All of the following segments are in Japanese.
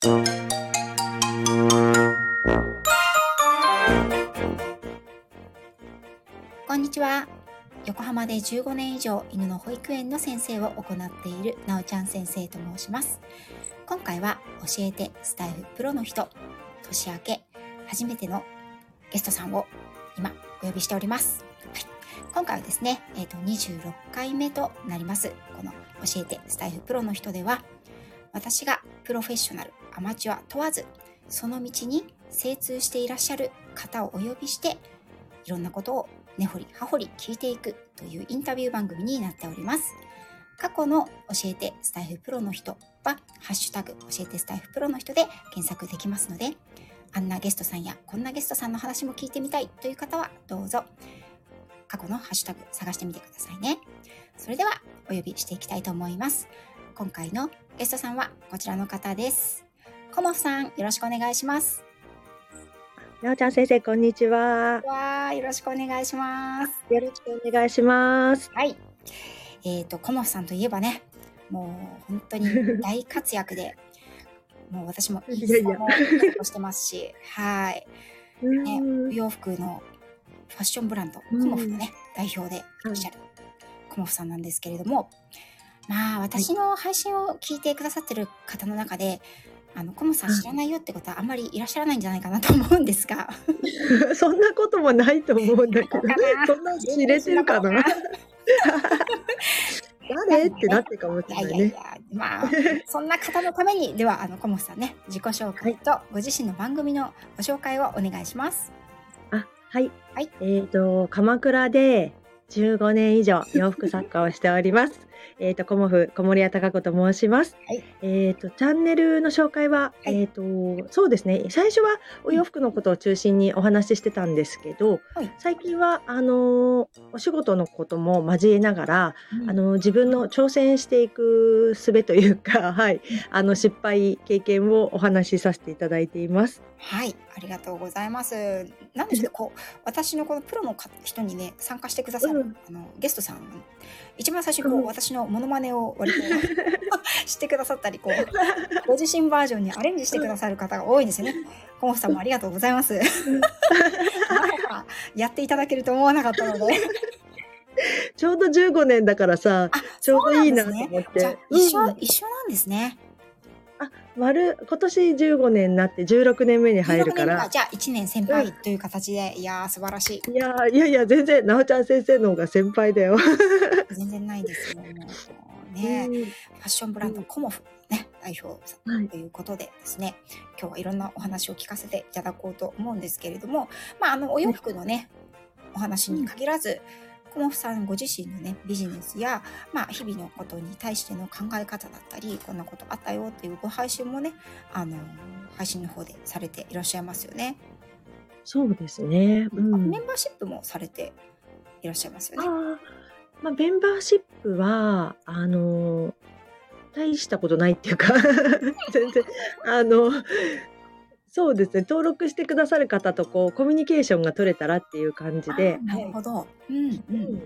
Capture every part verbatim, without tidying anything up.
こんにちは。横浜でじゅうごねん以上犬の保育園の先生を行っているなおちゃん先生と申します。今回は教えてスタイフプロの人、年明け初めてのゲストさんを今お呼びしております。はい、今回はですね、えーと、にじゅうろっかいめとなります。この教えてスタイフプロの人では、私がプロフェッショナル、アマチュア問わず、その道に精通していらっしゃる方をお呼びして、いろんなことを根掘り葉掘り聞いていくというインタビュー番組になっております。過去の教えてスタイフプロの人は、ハッシュタグ教えてスタイフプロの人で検索できますので、あんなゲストさんやこんなゲストさんの話も聞いてみたいという方は、どうぞ過去のハッシュタグ探してみてくださいね。それではお呼びしていきたいと思います。今回のゲストさんはこちらの方です。コモフさん、よろしくお願いします。 なおちゃん先生、こんにちは。 わー、よろしくお願いします。 よろしくお願いします。 はい。えっと、コモフさんといえばね、もう本当に大活躍で、もう私もインスタもフォローしてますし、はい。ね、お洋服のファッションブランド、コモフのね、代表でいらっしゃるコモフさんなんですけれども、まあ、私の配信を聞いてくださってる方の中で、あのコモさん知らないよってことはあんまりいらっしゃらないんじゃないかなと思うんですがそんなこともないと思うんだけど、そんな知れてるかな誰ってなってかもしれないね。いやいやいや、 まあそんな方のために、ではあのコモさんね、自己紹介とご自身の番組のご紹介をお願いします。 あ、はい、 はい、 えっと鎌倉でじゅうごねん以上洋服作家をしております。えっとコモフ小森屋貴子と申します。はい、えっとチャンネルの紹介は、はい、えっとそうですね。最初はお洋服のことを中心にお話ししてたんですけど、はい、最近はあのお仕事のことも交えながら、うん、あの自分の挑戦していく術というか、はい、あの失敗経験をお話しさせていただいています。 はい、ありがとうございます。なんでしょう、こう私のこのプロの人にね参加してくださる、うん、あのゲストさん、一番最初にこう、うん、私のモノマネを割としてくださったり、こうご自身バージョンにアレンジしてくださる方が多いんですよね。コモフさんもありがとうございます。やっていただけると思わなかったので。 ちょうどじゅうごねんだからさ、ちょうどいいなと思って。 じゃあ一緒、うん、一緒なんですね。 あ、丸今年じゅうごねんになってじゅうろくねんめに入るから、 じゃあいちねん先輩という形で、うん、いやー素晴らしい。 いやいやいや全然なおちゃん先生の方が先輩だよ。 全然ないですよ。もうね、うん、ファッションブランドコモフね、代表さんということでですね、はい、今日はいろんなお話を聞かせていただこうと思うんですけれども、まああのお洋服のね、お話に限らず、コモフさんご自身のねビジネスや、まあ、日々のことに対しての考え方だったり、こんなことあったよっていうご配信もね、あの配信の方でされていらっしゃいますよね。 そうですね、 うん、メンバーシップもされていらっしゃいますよね。 あ、まあ、メンバーシップはあの大したことないっていうか全然あのそうですね、登録してくださる方とこうコミュニケーションが取れたらっていう感じで、 なるほど、うんうん、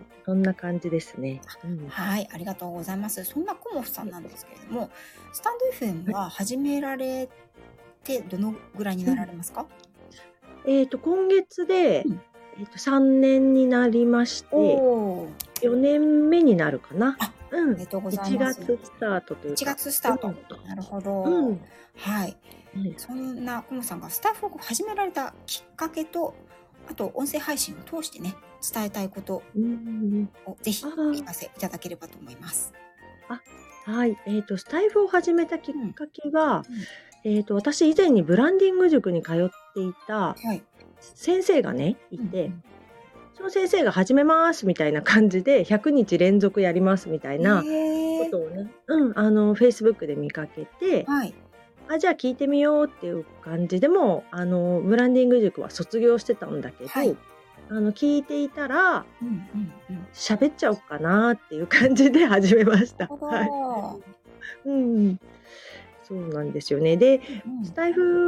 そんな感じですね、 うん、はい、ありがとうございます。そんなコモフさんなんですけれども、スタンド エフエム は始められてどのぐらいになられますか？ うん、えっと今月で、うん、えっとさんねんになりまして、よねんめになるかな。うん、 ありがとうございます。 いちがつスタートというか。 いちがつスタート。うん、なるほど。うん、はい。うん、そんなコモさんがスタッフを始められたきっかけと、あと音声配信を通してね、伝えたいことをぜひお聞かせいただければと思います。 あ、はい。えっとスタイフを始めたきっかけは、うんうん、えっと私以前にブランディング塾に通っていた先生がね、いて。うんうん、その先生が始めますみたいな感じでひゃくにち連続やりますみたいなことをね、うん、あの Facebook で見かけて、はい、あじゃあ聞いてみようっていう感じでもあのブランディング塾は卒業してたんだけど、はい、あの聞いていたら喋、うんうんうん、っちゃおうかなっていう感じで始めました。はい、うん、そうなんですよね。で、うん、スタイフ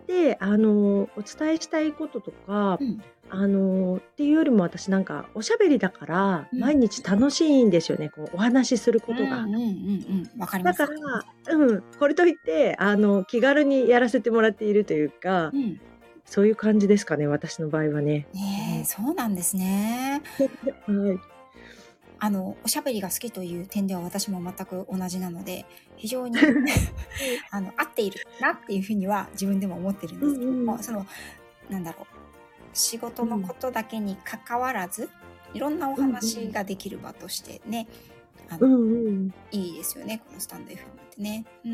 で、あの、お伝えしたいこととか、 うん。 あの、っていうよりも私なんかおしゃべりだから、 うん。 毎日楽しいんですよね、こうお話しするうんことが。 うんうんうん。わかりまだかす。 ら、うん、これといって、あの、気軽にやらせてもらっているというか、 うん。 そういう感じですかね、私の場合はね。うねえ、 ん。 そうなんですね。 はい。 あの、おしゃべりが好きという点では私も全く同じなので、非常にあの、合っているなっていうふうには自分でも思ってるんうんですけども、 うん。 その、なんだろう、仕事うん。 のことだけに関わらず、いろんなおうんうん。 話ができる場としてね、あの、 うんうん。 いいですよね、このスタンド エフエム ってね。うん。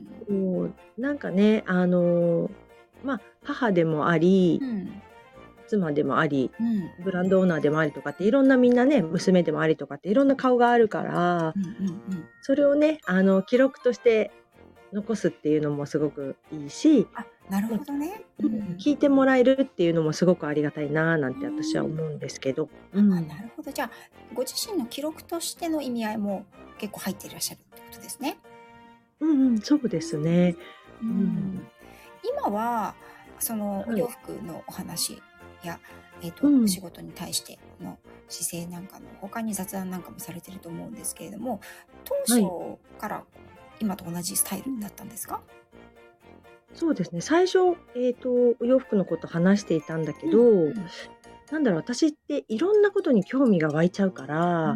そう、なんかね、あの、ま、母でもあり、 うん。 妻でもあり、 うん。 ブランドオーナーでもありとかっていろんなみんなね、娘でもありとかっていろんな顔があるから、 うんうんうん。 それをね、あの、記録として残すっていうのもすごくいいし、 あ、なるま、 ほどね。ううん、 ん。 聞いてもらえるっていうのもすごくありがたいななんうて私はーん。 思うんですけど。うあ、 ん。 なるほど。じゃあ、ご自身の記録としての意味合いも結構入っていらっしゃるってことですね。 うんうん、そうですね。 うーうん。 ん。今は、そのおはい。 洋服のお話や、えっと、おうん。 仕事に対しての姿勢なんかの他に雑談なんかもされてると思うんですけれども、当はい。 初から今と同じスタイルだったんですか？ そうですね、最初、えっと、お洋服のこと話していたんだけうん、 ど、 うん、 なんだろう、私っていろんなことに興味が湧いちゃうから、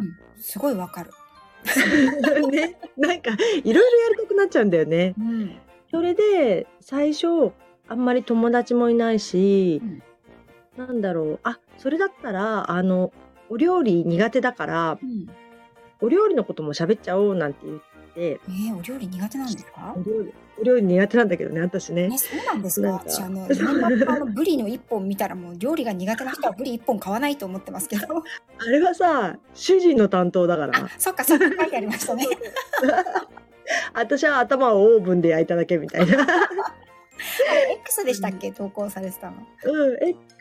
うん。すごいわかる。 ね、なんかいろいろやりたくなっちゃうんだよね。 うん、 それで、最初、あんまり友達もいないし、 うん、 なんだろう、あ、それだったら、あの、お料理苦手だから、 うん。 お料理のことも喋っちゃおうなんて言って、 えーお料理苦手なんですか？ お料理お料理苦手なんだけどね、私ね。 え、そうなんですか？ なんか、 私、あの、年末のあの、ブリの一本見たらもう料理が苦手な人はブリ一本買わないと思ってますけど。 あれはさ、主人の担当だかあ、 ら。 そっかそっか、書いてありましたね。 そうそう。私は頭をオーブンで焼いただけみたいな。 あれ、X でしたっうん。 け？投稿されてたの。 うん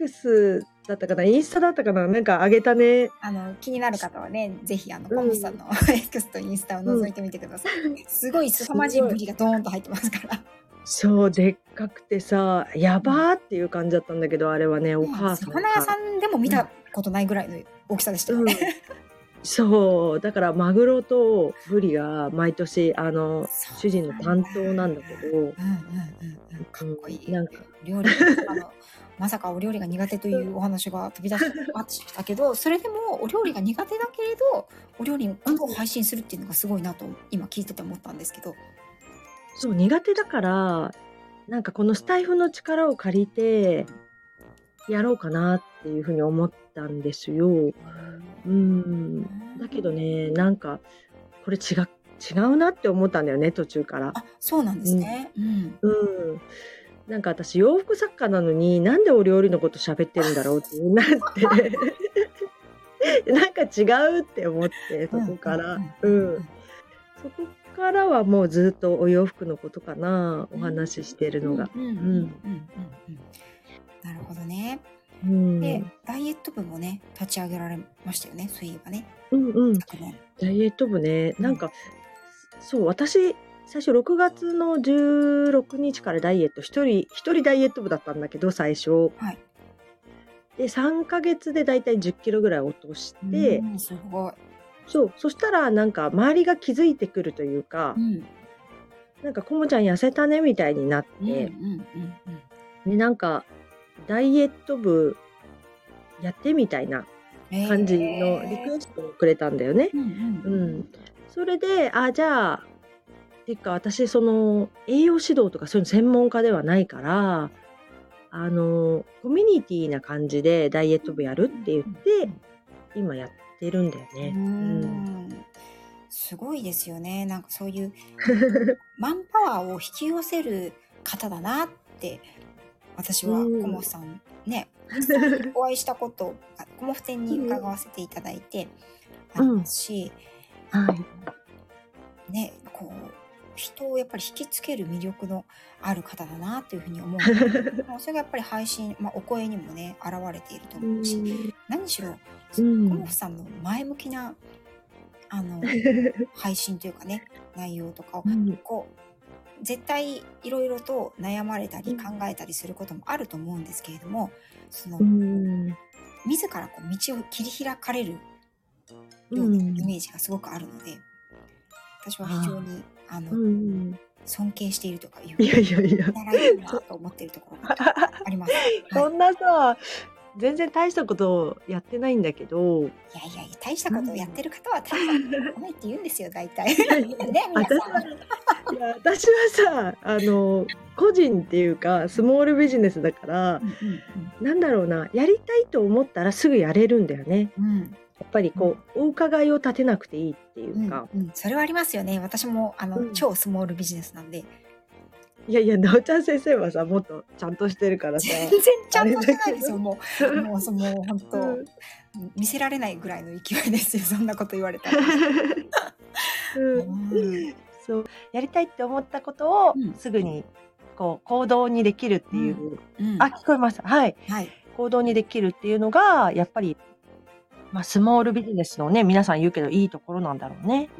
、X だったかな、インスタだったかな、なんかあげたね。 あの、気になる方はね、ぜひ、あの、 うコモさんん。 の X とインスタをうん。 覗いてみてください。すごい凄すごい。 まじいブリがドーンと入ってますから。 そう、でっかくてさ、やうん。 ばっていう感じだったんだけど、あれはね、おねえ、 母さん魚屋かさんでも見うん。 たことないぐらいの大きさでしたよね。 うん。そう、だからマグロとブリが毎年、あの、主人のそうなんだ。 担当なんだけど、 うんうんうんうん。かっこいうん、 い。 なんか料理あの、まさかお料理が苦手というお話が飛び出しましたけど、それでもお料理が苦手だけれど、お料理のうん、 ことを配信するっていうのがすごいなと今聞いてて思ったんですけど。 そう、苦手だから、なんかこのスタイフの力を借りてやろうかなっていう風に思ったんですよ。うへえ。 ーん。だけどね、なんか、これ違違うなって思ったんだよね、途中から。 あ、そうなんでうん。 すね。うん。 うん。なんか私洋服作家なのに、なんでお料理のこと喋ってるんだろうってなって、なんか違うって思って、そうんうんうんうんこから。 ううん。 ん。 そこからはもうずっとお洋服のことかな、おうん。 話ししてるうんのが。 うんうんうんうん。 うんうん。なるほどね。 うで、 ん。 ダイエット部もね、立ち上げられましたよね、そういえばね、 うんうん。 昨年。 ダイエット部ね、 うん。 なんか、そう、私、最初ろくがつのじゅうろくにちからダイエット、一人一人ダイエット部だったんだけど、最初。 はい。 で、さんかげつでだいたいじゅっキロぐらい落としうて、 ーん、すごい。 そう、そしたらなんか周りが気づいてくるというか、 うん。 なんか「こもちゃん痩せたね」みたいになっうんうんうて、 んうん。 で、なんかダイエット部やってみたいなえ感じのリクえ。 エストをくれたんだよね。 うんうんううん。 ん。それで、あ、じゃあていうか、私その栄養指導とかそういうの専門家ではないから、あの、コミュニティな感じでダイエット部やるって言っうんうんて、 うん今やってるんだようね。うん。 ん。うーん。すごいですよね。なんかそういうマンパワーを引き寄せる方だなって、私うはコモん。 さんね、実際お会いしたことが、コモフ展にうんうん。 伺わせていただいてありまうん。 すし、あはい。 の、ね、こう、人をやっぱり引きつける魅力のある方だなというふうに思うんですけども、それがやっぱり配信、まあ、お声にもね、現れているとう思うし、 ん。 何しろ、 うコモフん。 さんの前向きな、あの、配信というかね、内容とかを、 うん。 こう、 絶対いろいろと悩まれたり考えたりすることもあると思うんですけれども、その、自らこう道を切り開かれるようなイメージがすごくあるので、私は非常にあの、尊敬しているとかいう、 いやいやいや、 見習いたいなと思っているところがあります。 そんなさ、全然大したことをやってないんだけど。 いやいやいや、大したことをやってる方は大したことないって言うんですよ、大体。ね、皆さん。 いや、私はさ、あの、個人っていうか、スモールビジネスだから、うんうんうん、なんだろうな、やりたいと思ったらすぐやれるんだよね。うん、やっぱりこう、うん、お伺いを立てなくていいっていうか。 うんうん、それはありますよね。私も、あの、うん、超スモールビジネスなんで。 いやいや、なおちゃん先生はさ、もっとちゃんとしてるからさ。 全然ちゃんとしてないですよ、もう。もう、その、本当、うん、見せられないぐらいの勢いですよ、そんなこと言われたら。 うんうん、そう、やりたいって思ったことを、すぐに、こう、行動にできるっていう。うんうん、あ、聞こえました。はい。はい、行動にできるっていうのが、やっぱり、まあ、スモールビジネスのね、皆さん言うけど、いいところなんだろうね。 うん。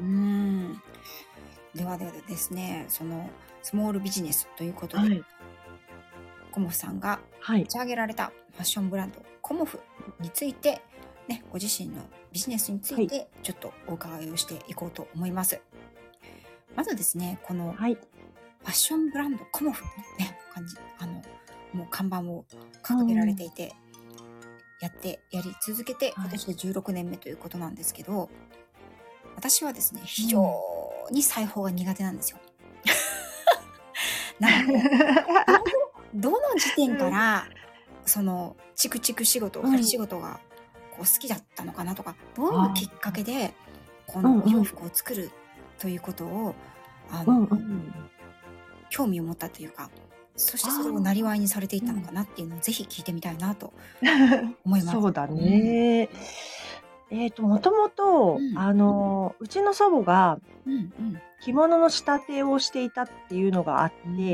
ではではですね、その、スモールビジネスということで、はい、コモフさんが立ち上げられたファッションブランド、コモフについて、ね、ご自身のビジネスについてちょっとお伺いをしていこうと思います。はい、まずですね、このファッションブランドコモフのね、感じ、あの、もう看板を掲げられていて、うん、やって、やり続けて、今年でじゅうろくねんめということなんですけど、私はですね、非常に裁縫が苦手なんですよ。なのでどの時点から、そのチクチク仕事、針仕事がこう好きだったのかなとか、どういうきっかけでこのお洋服を作るということをあの、うんうん、興味を持ったというか、そしてそれをなりわいにされていったのかなっていうのをぜひ聞いてみたいなと思います。 そうだね。うん、えっと、もともと、あの、うちの祖母が着物の仕立てをしていたっていうのがあって、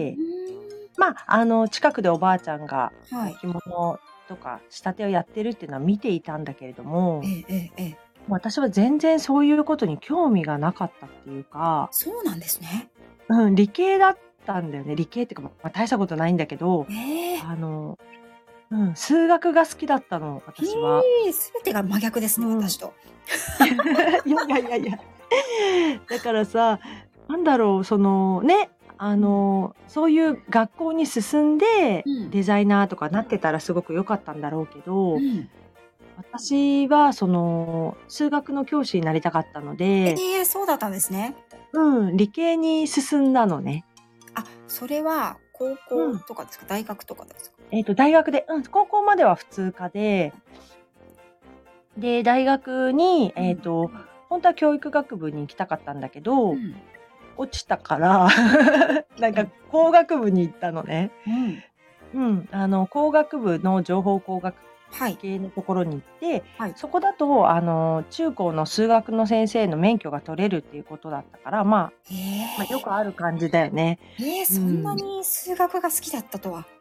うん、まあ、あの、近くでおばあちゃんが着物とか仕立てをやってるっていうのは見ていたんだけれども、ええええ、私は全然そういうことに興味がなかったっていうか。 そうなんですね。 うん、理系だったんだよね。理系っていうか、まあ、大したことないんだけど、えー、あの、うん、数学が好きだったの、私は。 えー、全てが真逆ですね、うん、私と。 いやいやいやいや。だからさ、なんだろう、そのね、あの、そういう学校に進んで、うん、デザイナーとかなってたらすごく良かったんだろうけど、うん、私はその数学の教師になりたかったので。 えー、そうだったんですね。 うん、理系に進んだのね。 あ、それは高校とかですか、うん、大学とかですか？ えっと、大学で、うん、高校までは普通科で、で、大学に、えっと、うん、本当は教育学部に行きたかったんだけど、うん、落ちたから、なんか工学部に行ったのね。うん。うん、あの、工学部の情報工学系のところに行って、はい、そこだと、あの、中高の数学の先生の免許が取れるっていうことだったから、まあ、えーまあ、よくある感じだよね。 えー、そんなに数学が好きだったとは。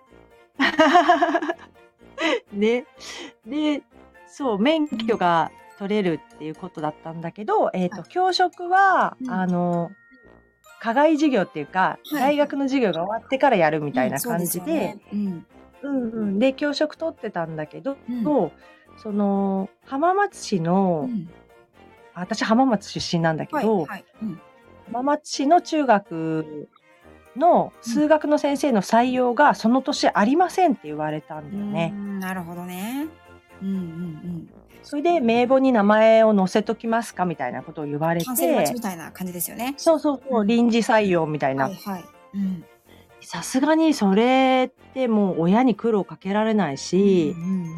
ね。で、そう、免許が取れるっていうことだったんだけど、えっと、教職は、うん、あの、課外授業っていうか、はい、大学の授業が終わってからやるみたいな感じで、うんうんうん、で、教職取ってたんだけど、うん、その、浜松市の、うん、私浜松出身なんだけど、はいはいうん、浜松市の中学の数学の先生の採用がその年ありませんって言われたんだよね。 うん、なるほどね。うんうんうん。 それで名簿に名前を載せときますかみたいなことを言われて。 キャンセル待ちみたいな感じですよね。 そうそうそう、うん、臨時採用みたいな。はいはい。うん。さすがにそれってもう親に苦労かけられないし、うんうんうん、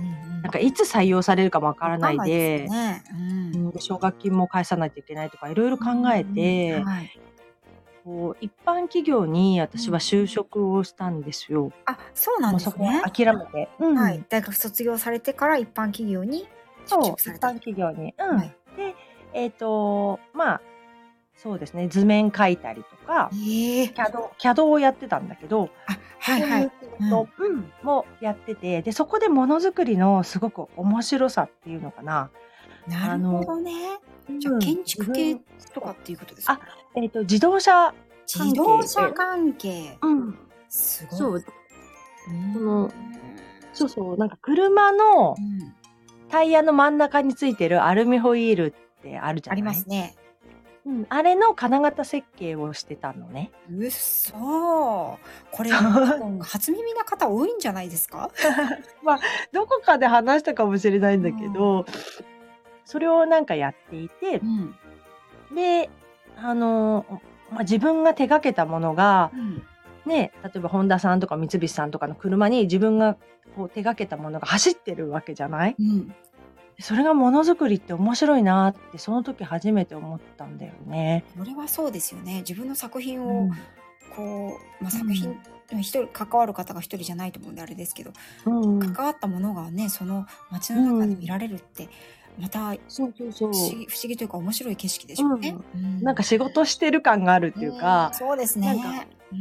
なんかいつ採用されるかもわからないで、ねうん、で奨学金も返さないといけないとかいろいろ考えて、うんはい、こう一般企業に私は就職をしたんですよ。 あ、そうなんですね。 もうそこ諦めて、 うんはい。大学卒業されてから一般企業に就職された。 そう、一般企業に。うん。はい、で、えっと、まあ、そうですね、図面描いたりとか、えー、キャド、キャドをやってたんだけど、 あ、はいはい。 そういううん、もやってて、で、そこでものづくりのすごく面白さっていうのかな。 なるほどね。じゃあ建築系とかっていうことですか？ あ、えっと、自動車自動車関係。 うん。 すごい。 そう。その、そうそう、なんか車のタイヤの真ん中についてるアルミホイールってあるじゃない？ ありますね。 うん、あれの金型設計をしてたのね。 うっそー。これ、多分初耳な方多いんじゃないですか？ まあ、どこかで話したかもしれないんだけど、それをなんかやっていて、うん、で、あの、まあ、自分が手掛けたものが、うん、ね、例えばホンダさんとか三菱さんとかの車に自分がこう手掛けたものが走ってるわけじゃない？うん、それがものづくりって面白いなってその時初めて思ったんだよね。 これはそうですよね。自分の作品を、うん、こう、まあ、作品、うん、一人関わる方が一人じゃないと思うんであれですけど、うん、関わったものがね、その街の中で見られるって、またそうそうそう不思議、不思議というか面白い景色でしょうね。 うんうん、なんか仕事してる感があるっていうか、 うん、そうですね。なんか、 うん、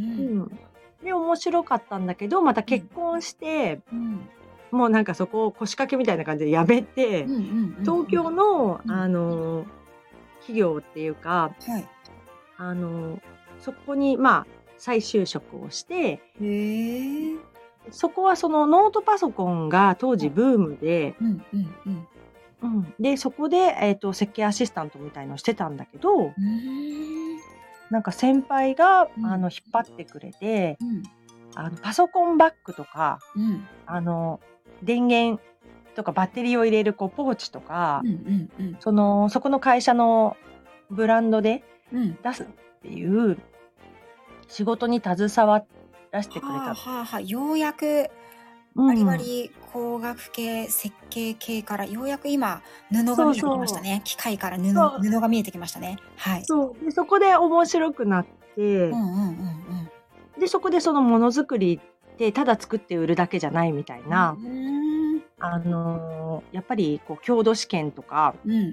で面白かったんだけど、また結婚して、うんうん、もうなんかそこを腰掛けみたいな感じで辞めて、うんうんうんうん、東京の、あの企業っていうか、はい、あのそこにまあ再就職をして、へー、そこはそのノートパソコンが当時ブームで、うんうんうんうん、でそこで、えーと、設計アシスタントみたいのをしてたんだけど、なんか先輩が、うん、あの引っ張ってくれて、うん、あのパソコンバッグとか、うん、あの電源とかバッテリーを入れるこうポーチとか、うんうんうん、そのそこの会社のブランドで出すっていう仕事に携わらせてくれた、はあはあはあ、 ようやくバリバリ工学系、設計系からようやく今布が見えてきましたね。そうそう、機械から 布, 布が見えてきましたね。はい。 そうでそこで面白くなって、うんうんうんうん、でそこでそのものづくりってただ作って売るだけじゃないみたいな、うん、あのー、やっぱりこう郷土試験とか、うんうんうん、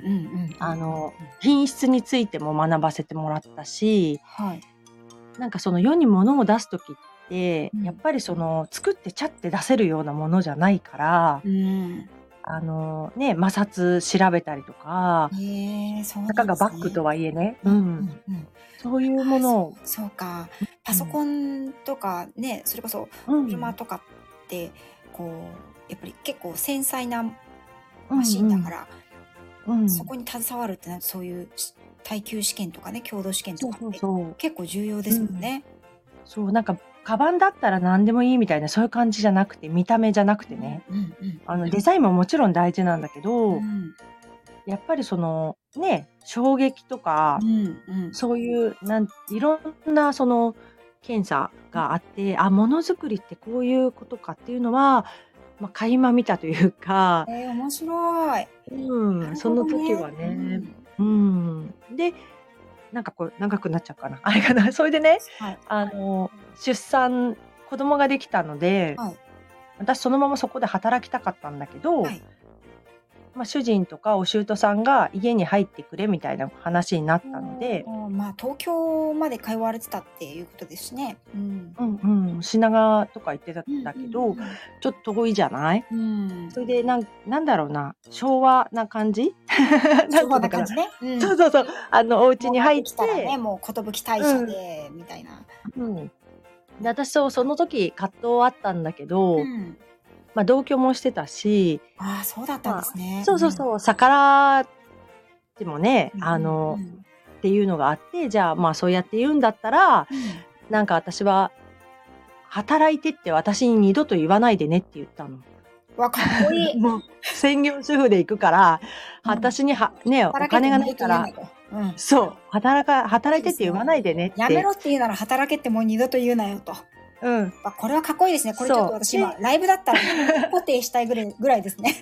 あの品質についても学ばせてもらったし、はい、なんかその世に物を出す時ってでやっぱりその作ってチャッて出せるようなものじゃないから、うん、あのね摩擦調べたりとか、えーそうなんですね、たかがバッグとはいえね、うんうんうん、そういうものを、 そ, そうかパソコンとかね、それこそ車とかってこうやっぱり結構繊細なマシンだから、うんうん、そこに携わるってなるとそういう耐久試験とかね、強度試験とかって結構重要ですもんね。 そう、なんかカバンだったら何でもいいみたいなそういう感じじゃなくて、見た目じゃなくてね、うんうん、あのデザインももちろん大事なんだけど、うん、やっぱりそのね衝撃とか、うんうん、そういうなんいろんなその検査があって、うん、あものづくりってこういうことかっていうのは、まあ、垣間見たというか、 えー、面白い、 うん、ね、その時はね、うん、うん、でなんかこう長くなっちゃうかなあれかな、それでね、はい、あの出産子供ができたので、はい、私そのままそこで働きたかったんだけど、はい、まあ、主人とかお舅さんが家に入ってくれみたいな話になったので、 まあ、東京まで通われてたっていうことですね、 うん、うんうん、品川とか行ってたんだけど、うんうんうん、ちょっと遠いじゃない、うん、それでなんなんだろうな昭和な感じ昭和な感じね、 うん、そうそうそうあのお家に入って、 ね、もう寿大社で、うん、みたいな、 うん、で私そうその時葛藤あったんだけど、うん、まあ、同居もしてたし、 ああそうだったんですね、 まあ、そうそうそう、うん、逆らってもね、うん、あの、うん、っていうのがあって、じゃあまあそうやって言うんだったら、うん、なんか私は働いてって私に二度と言わないでねって言ったの。 わかっこいい。 もう専業主婦で行くから、うん、私にはねお金がないから、うん、そう働か働いてって言わないでねって。 やめろって言うなら働けってもう二度と言うなよと。うん。これはかっこいいですね。これちょっと私今ライブだったら固定したいぐらいぐらいですね。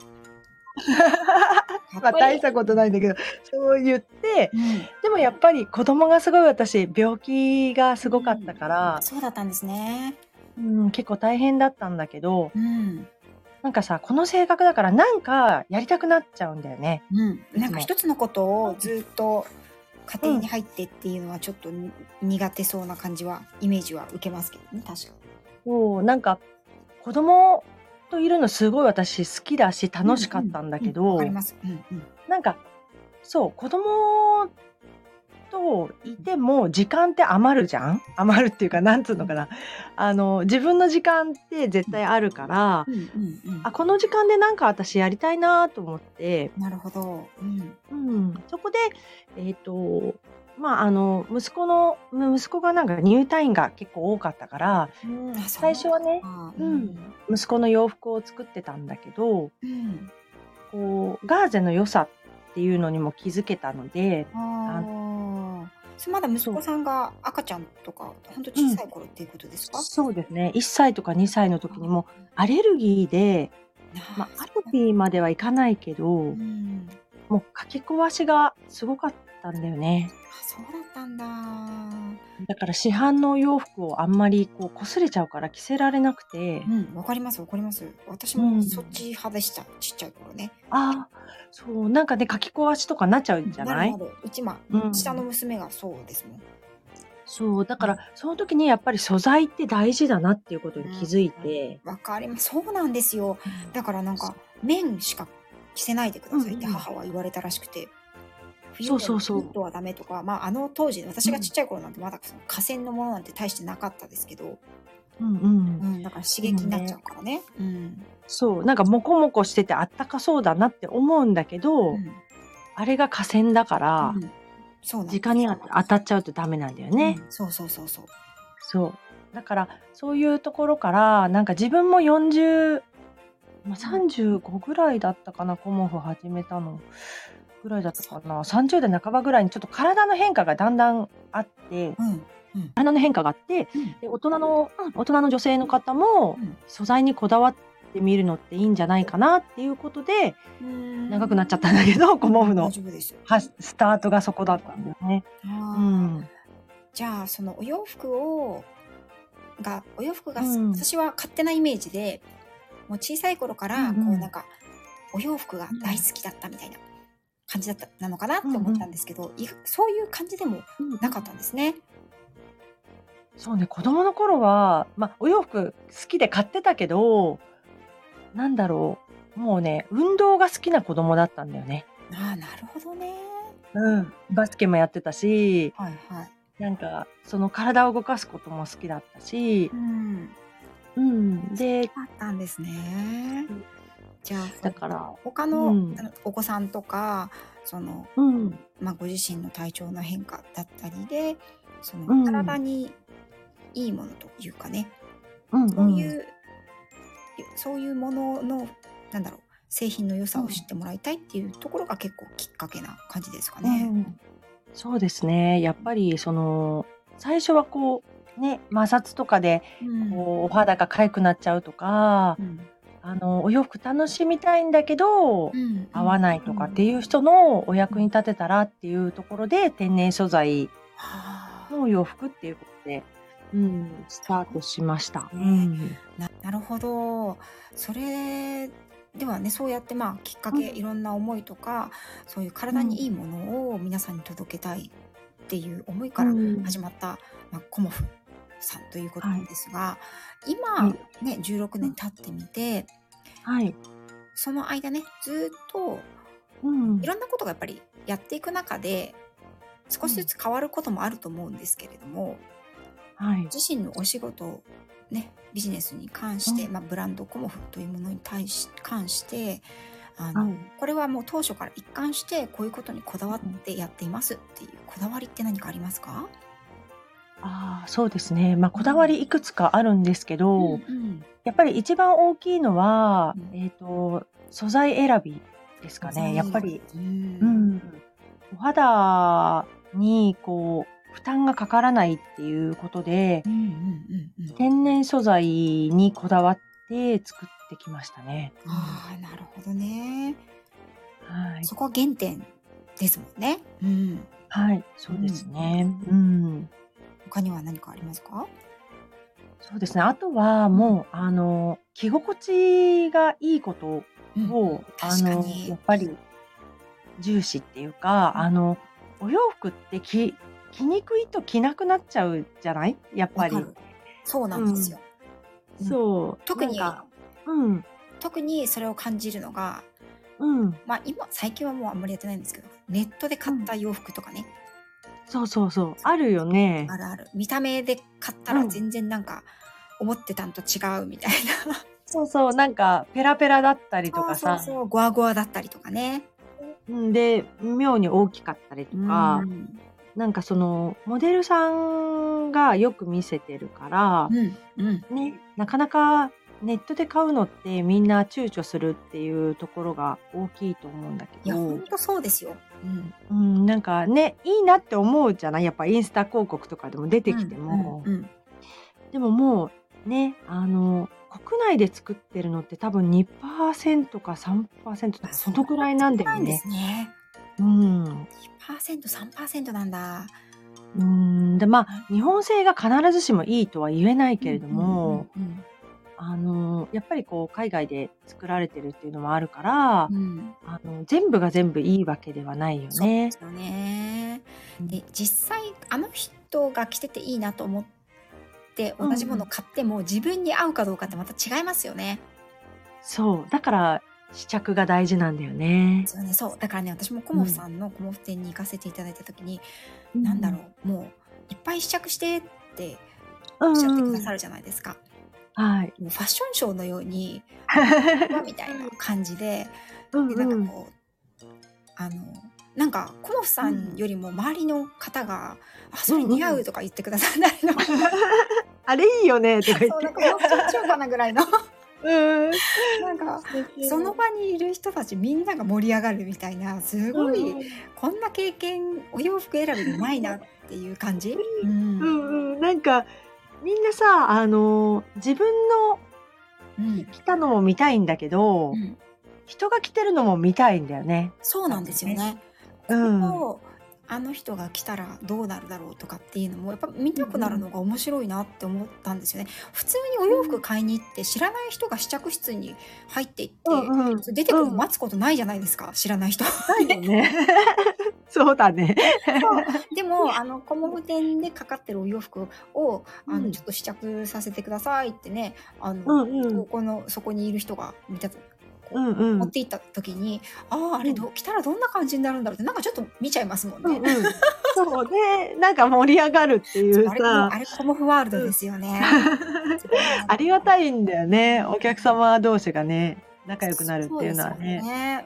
まあ大したことないんだけど、そう言って、うん、でもやっぱり子供がすごい私病気がすごかったから、 うん、そうだったんですね。 うん、結構大変だったんだけど、うん、なんかさこの性格だからなんかやりたくなっちゃうんだよね。 うん、なんか一つのことをずっと家庭に入ってっていうのはちょっと苦手そうな感じは、イメージは受けますけどね、確かに。 そうなんか子供といるのすごい私好きだし楽しかったんだけど、わかります。うんうん、なんかそう子供といても時間って余るじゃん？余るっていうか、なんつうのかな。あの、自分の時間って絶対あるから、 うんうんうん。 あ、この時間でなんか私やりたいなと思って、 なるほど。うん。 うん、そこで、えっと、まあ、あの、息子の息子がなんか入退院が結構多かったから、 うん、あ、そう最初はね、 か。 う、 うんん。 息子の洋服を作ってたんだけど、 うん。 こう、ガーゼの良さっていうのにも気づけたので、あああ。それまだ息そう、 子さんが赤ちゃんとか、ほんとうん、 小さい頃っていうことですか？ そうですね。いっさいとかにさいの時にもあアレルギーで、 あ、 ま、 ああ、 アそうなんトピーまではいかないけうど、 ん。 もうかき壊しがすごかったんだよね。 あ、そうだったんだ。 だから市販のお洋服をあんまりこう擦れちゃうから着せられなくて。 うん、わかりますわかります。私うもそっん。 ち派でした。ちっちゃい頃ね。 ああ、そう、なんかね、かき壊しとかなっちゃううん、 じゃない？ なるなる。うち、ま、 う下のん。 娘がそうですもん。 そう、だからね。 その時にやっぱり素材って大事だなっていうことに気うん、 づいて。 わかります。そうなんですよ。 うん。 だからなんそか、綿しか着せないでくださいってうんうん。 母は言われたらしくて。冬そうでもそうそう。 ニットはダメとか、まあ、あの当時、私うん。 がちっちゃい頃なんてまだその河川のものなんて大してなかったですけど、 うんうん。 うん、だから刺でも激になっちゃね、 うからね。うん。 そう、なんかモコモコしててあったかそうだなって思うんだけど、 うん。 あれが河川だから、 うん。そうなんですよ。 直にあ当たっちゃうとダメなんだよね。 うん、そうそうそうそう。 そう。だから、そういうところから、なんか自分もよんじゅう、ま、 うん。 さんじゅうごぐらいだったかな、コモフ始めたの。ぐらいだったかな。さんじゅう代半ばぐらいにちょっと体の変化がだんだんあって、 うん、うん、 体の変化があって、 うん、 で、大人の大人の女性の方も、 うん。 素材にこだわってみるのっていいんじゃないかなっていうことで、 うーん。 長くなっちゃったんだけど、コうん、大モフの、 丈夫です。 はスタートがそこだったんだよね。うああ、 ん。 じゃあ、そのお洋服をがお洋服がすうん。 私は勝手なイメージで、もう小さい頃かうんら、 うん。 こうなんか、お洋服がうん。 大好きだったみたいな感じだったなのかなって思っうんうん。 たんですけど、いそういう感じでもうんうん。 なかったんですね。 そうね、子供の頃は、ま、お洋服好きで買ってたけど、なんだろう、もうね、運動が好きな子供だったんだよね。 ああ、なるほどね。 うん。バスケもやってたし、 はいはい。 なんか、その体を動かすことも好きだったし、 うん。 うん、で、 あったんですね。 うん、 じゃあ、そのだから、 他の、 うん、 あの、お子さんとか、その、 うん、 まあ、ご自身の体調の変化だったりで、そのうん、 体にいいものというかね、 うんうん、 そういうそういうものの、なんだろう、製品の良さを知ってもらいたいっていうところが結構きっかけな感じですかうね。 ん。そうですね。やっぱりその、最初はこう、ね、摩擦とかで、 うん。 こう、お肌が痒くなっちゃうとか、 うん。 あの、お洋服楽しみたいんだけど、 うんうん合わないうん。 とかっていう人のおうん。 役に立てたらっていうところで、天然素材はあ、 のお洋服っていうことで、うん、スタートそうしました。うね。 ん。 ななるほど。それではね、そうやってまあきっかけ、 うん、 いろんな思いとか、そういううん、 体にいいものを皆さんに届けたいっていう思いうから始ん。 まった、まあ、コモフさんということなんはい、 ですが、 はい。 今ね、じゅうろくねんうん、 経ってみて、 はい。 その間ね、ずっとうん、 いろんなことがやっぱりやっていく中で、少しずうん。 つ変わることもあると思うんですけれども、 はい。 自身のお仕事、ね、ビジネスに関して、 うん、 まあ、ブランドコモフというものに対し関してあのはい。 これはもう当初から一貫してこういうことにこだわっうん。 てやっていますっていうこだわりって何かありますか？ ああ、そうですね。ま、こだわうん、 りいくつかあるんですけうんど、 うん。 やっぱり一番大きいのは、 うん。 えっと、素材選びですか素ね。 材選び。 やっぱり、 うん。 うん、お肌にこう、負担がかからないっていうことで、 うんうんうんうん。 天然素材にこだわって作ってきましたね。うん。 ああ、なるほどね。 はい。 そこは原点ですもんね。うん。 はい、そうでうん。 すね。うん。 他には何かありますか？ そうですね。あとはうん。 もう、あの、着心地がいいことうんうん。 を、あの、 確かに。 やっぱり重視っていうか、 うん。 あの、お洋服ってき着にくいと着なくなっちゃうじゃない？やっぱり。 わかる。そうなんうん。 ですよ。うん。 そう、 特になんか、うん、 特にそれを感じるのが、 うん、 まあ、今最近はもうあんまりやってないんですけど、ネットでうん。 買った洋服とかね、 そうそうそう。あるよね。 あるある。見た目で買ったら全然なんか、思ってたんと違うみたいな。 そうそう。なんか、ペラペラだったりとかさ。 そうそうそう。ゴワゴワだったりとかね。 んで、妙に大きかったりとか、なんかその、モデルさんがよく見せてるから、 うんうん、 ね、なかなかネットで買うのってみんな躊躇するっていうところが大きいと思うんだけど。 いや、ほんとそうですよ。 うん。うん、なんかね、いいなって思うじゃない？やっぱインスタ広告とかでも出てきても。 うんうんうん、 でももう、ね、あの、国内で作ってるのって多分 にパーセント か さんパーセント とかそのくらいなんだよね。 ですね。 うん。 にパーセント、さんパーセント なんだ。 うーん、で、まあ、日本製が必ずしもいいとは言えないけれども、 うんうんうんうん、 あの、やっぱりこう海外で作られてるっていうのもあるから、 うん、 あの、全部が全部いいわけではないよね。 そうですよね。で、実際あの人が着てていいなと思って同じものを買っても、自分に合うかどうかってまた違いますよね。 そう。だから試着が大事なんだよね。 そうね、そう。だからね、私もコモフさんのコモフ店に行かせていただいた時に、うん、なんだろう、もういっぱい試着してっておっしゃってくださるじゃないですか。 はい。 もうファッションショーのようにみたいな感じで、 うんうん、 でなんかこうあのなんかコモフさんよりも周りの方が「あ、それ似合う」とか言ってくださるの、うんうん、 あれいいよねとか言って、 そう、なんかもうちょっちゅうかなぐらいのうん、 なんかその場にいる人たちみんなが盛り上がるみたいな、すごい、うん、こんな経験お洋服選びうまいなっていう感じ。 うん、うんうん、なんかみんなさ、あの自分の着たのも見たいんだけど、うん、人が着てるのも見たいんだよね。 そうなんですよね。うん、あの人が来たらどうなるだろうとかっていうのもやっぱ見たくなるのが面白いなって思ったんですよね。うん、普通にお洋服買いに行って知らない人が試着室に入っていって、うんうん、出てくるの待つことないじゃないですか、うん、知らない人。 ないよね。そうだね。 そうでもあのコモフ店でかかってるお洋服をあのちょっと試着させてくださいってね、あの、うんうん、ここのそこにいる人が見たと。うんうん、持っていった時に、ああ、あれど、うん、着たらどんな感じになるんだろうってなんかちょっと見ちゃいますもんね。うんうん、 そうね、なんか盛り上がるっていうさ、 あれあれコモフワールドですよね。 ありがたいんだよね、お客様同士がね仲良くなるっていうのはね。 そうですよね。うん、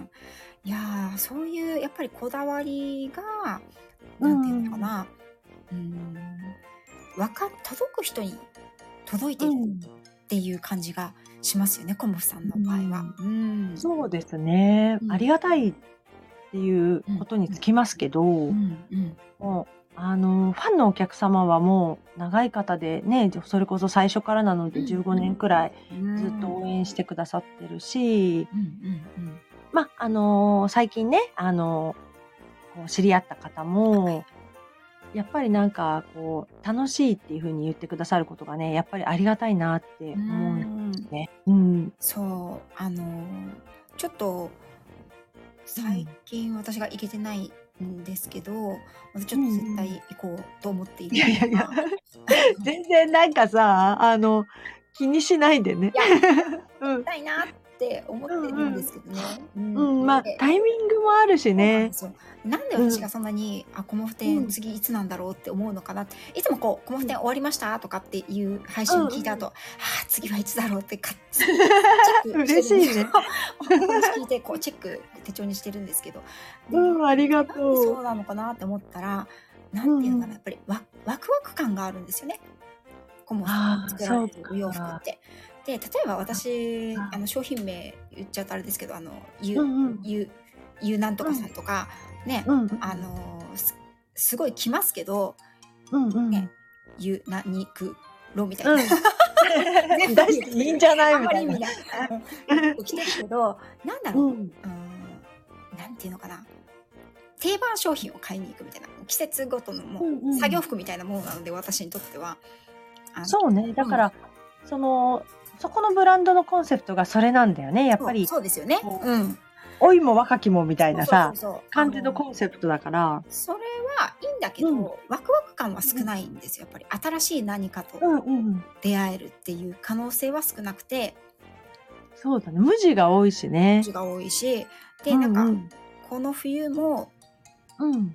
いやー、そういうやっぱりこだわりがなんていうのかな、うん、わか届く人に届いてるっていう感じがしますよね、コモフさんの場合は。 うんうん、そうですね、うん、ありがたいっていうことにつきますけど、うんうん、もうあのファンのお客様はもう長い方でね、それこそ最初からなのでじゅうごねんくらいずっと応援してくださってるし、うんうんうん、まああの最近ね、あのこう知り合った方もやっぱりなんかこう楽しいっていう風に言ってくださることがね、やっぱりありがたいなって思うんですね。うん、 そうあのちょっと最近私が行けてないんですけど、またちょっと絶対行こうと思っている。 いやいやいや全然なんかさ、あの気にしないでね。 いや、行きたいなって思ってるんですけどね。 うん、うんうん、まあタイミングもあるしね。 なんで私がそんなに、うん、あコモフ店次いつなんだろうって思うのかなって、いつもこうコモフ店終わりましたとかっていう配信を聞いた後、うん、はあ次はいつだろうってかチェック嬉しいね。 お話聞いてこうチェック手帳にしてるんですけど、 うん、ありがとう。 そうなのかなって思ったら、なんていうのかな、やっぱりワワクワク感があるんですよね。コモフさん作られるお洋服って。で、例えば私あの商品名言っちゃうとあれですけど、あのゆ、うんうん、ゆゆなんとかさんとか、うん、ね、うん、あの す, すごい着ますけど、うんうん、ね、ゆなにくろみたいな、うん、 出していいんじゃないみたいな着てるけど、なんだろう、うん、うんなんていうのかな、定番商品を買いに行くみたいな、季節ごとのもう、うんうん、作業服みたいなものなので、私にとってはそうね、だから、うん、そのそこのブランドのコンセプトがそれなんだよね、やっぱり。 そうですよね。うん。 老いも若きもみたいなさ、感じのコンセプトだから。 それはいいんだけど、うん、ワクワク感は少ないんですよ。やっぱり新しい何かと出会えるっていう可能性は少なくて。 そうだね、無地が多いしね。 無地が多いし、で、なんか、うんうん、この冬も、うん、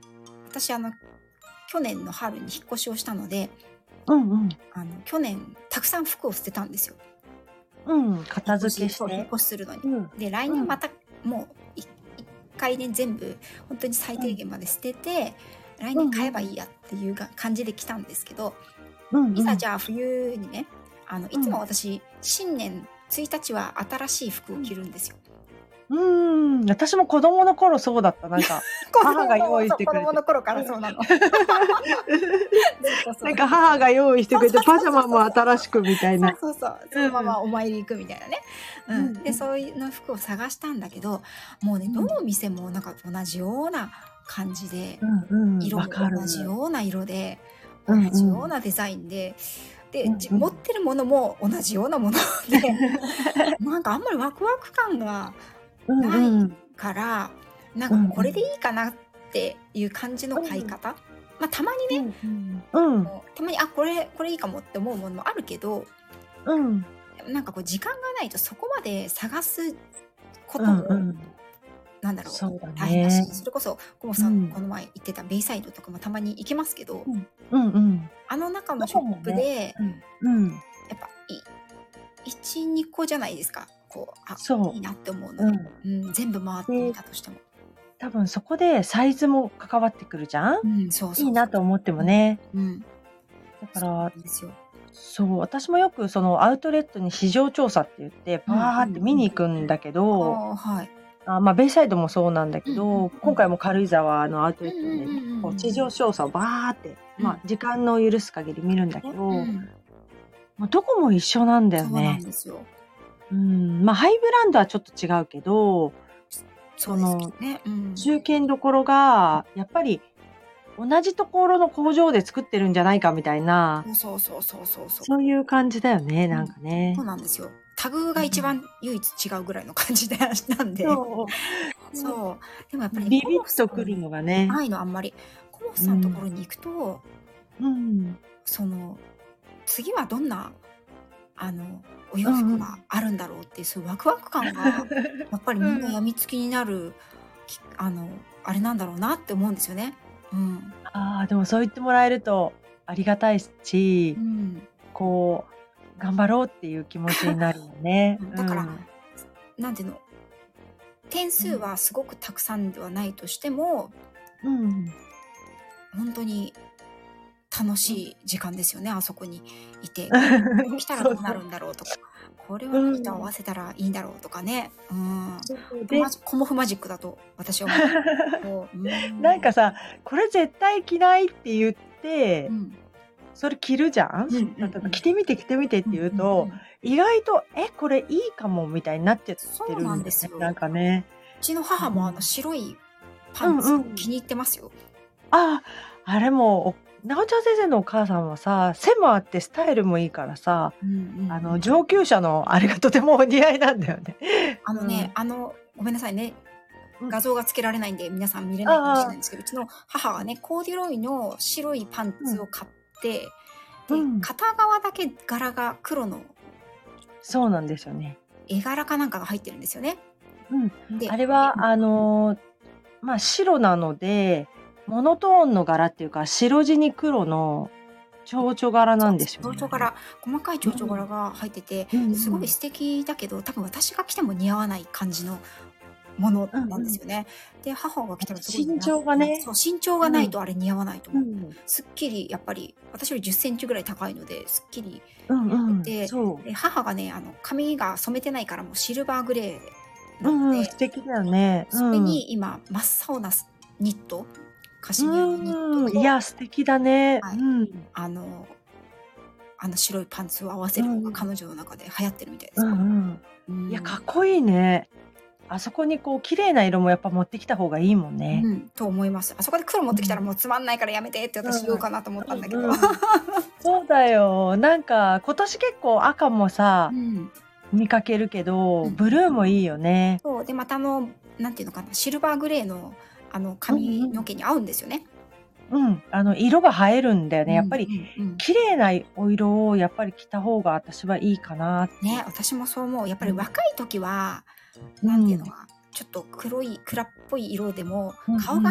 私、あの、去年の春に引っ越しをしたので、 うんうん。 あの、去年たくさん服を捨てたんですよ。 うん、片付けしそう、引って。 越しするのに。 うん。 で、来うん。 年またもうい一回ね、全部本当に最うん。 低限まで捨てて、来年うんうん。 買えばいいやっていうが感じで来たんですけど、 うんうん。 いざじゃあ冬にね、あの、いつもうん。 私、新年ついたちは新しい服をうん。 着るんですよ。 うーん、私も子供の頃そうだった。なんか、 子母が用供のそう、子意してくれて。 供の頃かうん。 らそうなの。ずっとそう。 なんか母が用意してそうくれて、パジャマもそうそうそう新しくみたいな。 そうそうそう。そのまうん。 まお参り行くみたいなね。うん。で、 うんうん。 そういうの服を探したんだけど、もうね、どうん。 の店もなんか同じような感じで、 うんうん、 色もわかる。 同じような色で、同うんじうん。 ようなデザインで、で、じ持っうんうん。 てるものも同じようなもので、なんかあんまりワクワク感がうんないうん。 から、なんうんかもうこれでうん。 いいかなっていう感じのうん。 買い方。まあ、たまにね、 うんうん。うん。 もうたまに、あ、これ、これいいかもって思うものもあるけど、 うん。 なんかこう時間がないとそこまで探すこうとも、 んうん。 なんだろう、 そうだ大変だし、 ね。 それこそ、コモさんうん。 この前言ってたベイサイドとかもたまに行きますけど、 うん。うんうん。 あの中のどショッこもね。 プで、 うん。うん。 やっぱいいち、にこじゃないですか。こう、あ、いいそなって思うのう。うで、 ん。 うん、全部回っていで、 たとしても。 多分そこでサイズも関わってくるじゃん？ うん、そういいそうそう。 なと思ってもうん、 ね。 うん。 だかそうら、 なんですよ。 そう、私もよくそのアウトレットに市場調査って言って、 うん、 バーって見うん、 に行くんだけど、 ああ、はい。 あ、ま、ベイサイドもそうなんだうん、うん、 けど、 うん。 今回も軽井沢のアウトレッうんうんうんトでね、こううん地上調査をバーって、 うん。うま、 ん。 時間の許す限り見るんだけね、うど、 ん。 もうどこも一緒なんだよそうなね。 んですよ。 うん、ま、ハイブランドはちょっと違うけど、 そうですその、 ね。うん。 中堅どころがやっぱり同じところの工場で作ってるんじゃないかみたいな、 そうそうそうそうそうそう。 そういう感じだよね、なんうん。そうかね。 なんですよ。タグが一うん。 番唯一違うぐらいの感じでなんで。 そう。もう、 そう。でもやっぱりね、 ビビッコモさとくるのがんね。 ないのあんまり。コモさんのとこうん。 ろに行くと、 うん。 その、次はどんな、あの、お洋うんうん。 服があるんだろうっていう、そういうワクワク感が、やっぱりみんなうん。 病みつきになる、きあの、あれなんだろうなって思うんですよね。うん。 ああ、でもそう言ってもらえるとありがたいし、 うん。 こう、頑張ろうっていう気持ちになるよね。 うん、 うだから、 ん。 なんていうの、点数うん。 はすごくたくさんではないとしても、 うん。 本当に楽うん。 しい時間ですよね、あそこにいて。これを着たらどうなるそうそう。 んだろうとか、これうは何と合ん。 わせたらいいんだろうとかね。うん。 そう、で、 マジコモフマジックだと私は思ってる。そう、うーん。 なんかさ、これ絶対着ないって言って、 うん。 それ着るじゃん？ うんうん例えば着うん。 てみて着てみてってうんうん言うと、 うん。 意外と、え、これいいかもみたいになっちゃってそうなんるんだよね、なんですよ。 かね。 うちの母もあのうん。 白いパうんンツうん。 気に入ってますよ。 ああ、あれも、おなおちゃん先生のお母さんはさ、背もあってスタイルもいいからさ、 うんうんうあの、 ん。 上級者のあれがとてもお似合いなんだよね。 あのね、 うん。 あの、ごめんなさいね。 うん。 画像がつけられないんで、皆さん見れないかもしれああ、 ないんですけど、うちの母がね、コーデュロイの白いパンうん。 ツを買って、で、 うん。 片側だけ柄が黒のそうなんですよね。 絵柄かなんかが入ってるんですよね。 うん。 で、 あれは、あの、ま、白なので、モノトーンの柄っていうか、白地に黒の蝶々柄そうです。 なんですよね、あれ。 蝶々柄、細かい蝶々柄が入ってて、 うんうん。 すごい素敵だけど、多分私が着ても似合わない感じのものうんうん。 なんですよね。で、母が着たらすごい似身合って、 長がね。 そう、身長がうん。 ないとあれ似合わないと思う。 うん。 すっきりやっぱり、私よりじゅっセンチぐらい高いので、すっきりうん似合ってうん。 て、 そう。 で、母がね、あの、髪が染めてないからもうシルバーグレーなのうんうん、素で、 敵だよね。うそれん。 に今、真っ青なスニット、カうシミヤのニットーん、いと、 や、素敵だね。 はい、 うん。 あの、あの白いパンツを合わせるのがうんうん。 彼女の中で流行ってるみたいでうすよ。 んうん。 ういや、かっん。 こいいね。あそこにこう綺麗な色もやっぱ持ってきた方がいいもんね。 うん、と思います。あそこで黒持ってきたらうん。 もうつまんないからやめてってうん。 私言おうかなと思ったんだけど。 うんうん。そうだよ。なんか今年結構赤もさ、 うん。 見かけるけど、 うんブルーもいいよね。 そう、で、またあの、なんていうのかな、シルバーグレーのあのうんうん。 髪の毛に合うんですよね。 うん、あの色が映えるんだよね。 うんうやっぱりんうん。 綺麗なお色をやっぱり着た方が私はいいかなって。 ね、私もそう思う。やっぱりうん。 若い時は、 うん。 なんていうのか、ちょっと黒い、暗っぽい色でも、 うん顔がうん。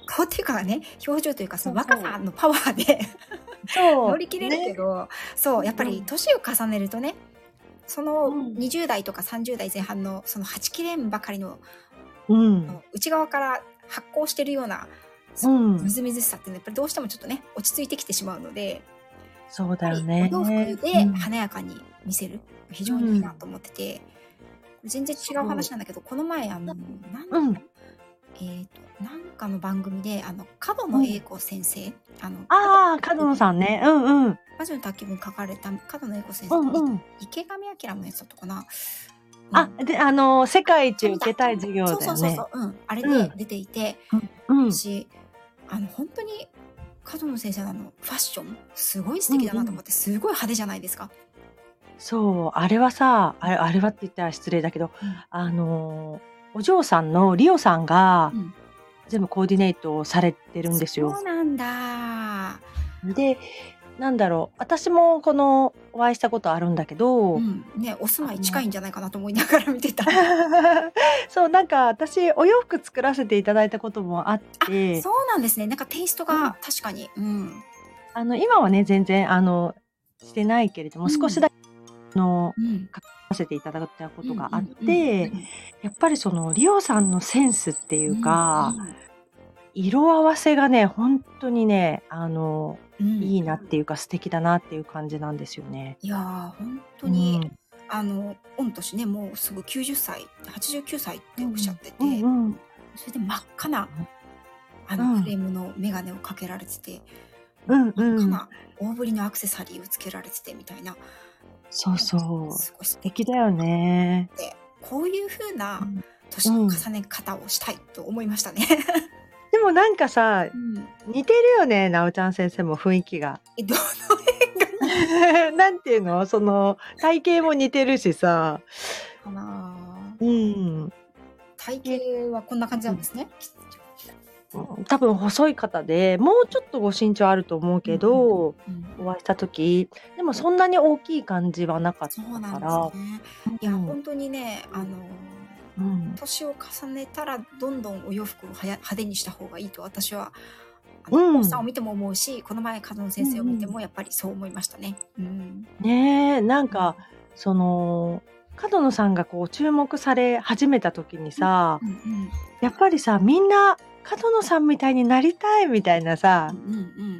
顔っていうかね、表情というか、そのそうそう。 若さのパワーでそう、 乗り切れるけね。 ど、そう、やっぱうん。 り年を重ねるとね、そのうん。 にじゅう代とかさんじゅう代前半のそのはちきれんばかりの、 うん。 内側から発光してるような、 うそみん。 ずみずしさっていうのはやっぱりどうしてもちょっとね、落ち着いてきてしまうので、やっそうだよぱりお洋服ね。うでん。 華やかに見せる、非う常にいいなん。 と思ってて、全然違うそう。 話なんだけど、この前あの、なんうん。 えっと、なんかの番組で、あの、角うん。 野栄子先生、あの、 ああ、角野さんね。うんうん。 魔女の宅急便書かれた角野栄子先生、いうんうん。 池上彰のやつだったかな。うあ、 ん。 で、あの、世界一受富だ。 けたい授業そうだよね。 そうそうそう、うん。あれうん。 で出ていて、 うん。うん。 私、あの、ほんとに角野先生のあの、ファッション、すごい素うんうん。 敵だなと思って、すごい派手じゃないですか。 そう、あれはさ、 うん。 あれあれはって言ったら失礼だけど、 うん。 あの、お嬢さんのリオさんが、 うん。 全部コーディネートをされてるんですよ。 そうなんだ。 で、なんだろう、私もこの、お会いしたことあるんだけど、 うん、ね、お住まい近あのいんじゃないかなと思いながら見てた。 そう、なんか私、お洋服作らせていただいたこともあっあ、 て、 そうなんですね。なんかテイストうん。 が確かに、うん。 あの、今はね、全然あの、してないけれども、少しうん。 だの、 うん。 書かせていただいたこうんうとがあっんうんうて、 ん。 やっぱりそのリオさんのセンスっていううんか、 うん。 色合わせがね、ほんとにね、あの、 うん。 いいなっていうか、素敵だなっていう感じなんですよね。 いや、ほんとに、 うん。 あの、御年ね、もうすぐきゅうじゅっさい、はちじゅうきゅうさいっておっしゃっうんてて、 うん。うんうん。 それで真っ赤な、あの、 うん。 フレームの眼鏡をかけられてて、 うん真っ赤うん。 な大ぶりのアクセサリーをつけられててみたいな。 そうそう。 すごい素素敵敵だなだよね。 って、こういう風なうん。 年のうん。 重ね方をしたいと思いましたね。 でもなんかさ、 うん。 似てるよね、なおちゃん先生も雰囲気が。 え、どの辺が似てなんていうの、その、体型も似てるしさ。 かな。 うん。 体で、 型はこんな感じうん。 なんですね。 うん、多分細い方で、もうちょっとご身長あると思うけうんうん。 ど、 うん。 お会いした時、でもそんなに大きい感じはなかっそうなんですたから。 ね。いや、 うん。 ほんとにね、あの、 うん。 年を重ねたらどんどんお洋服をはや派手にした方がいいと私は、あの、 うコンさんをん。 見ても思うし、この前角野先生を見てうんうん。 もやっぱりそう思いましたね。うん。 ね、なんうん。 か、その、角野さんがこう注目され始めた時にうん、 さ、 うんうん。 やっぱりさ、みんな角野さんみたいになりたいみたいなさ、 うんうんうん。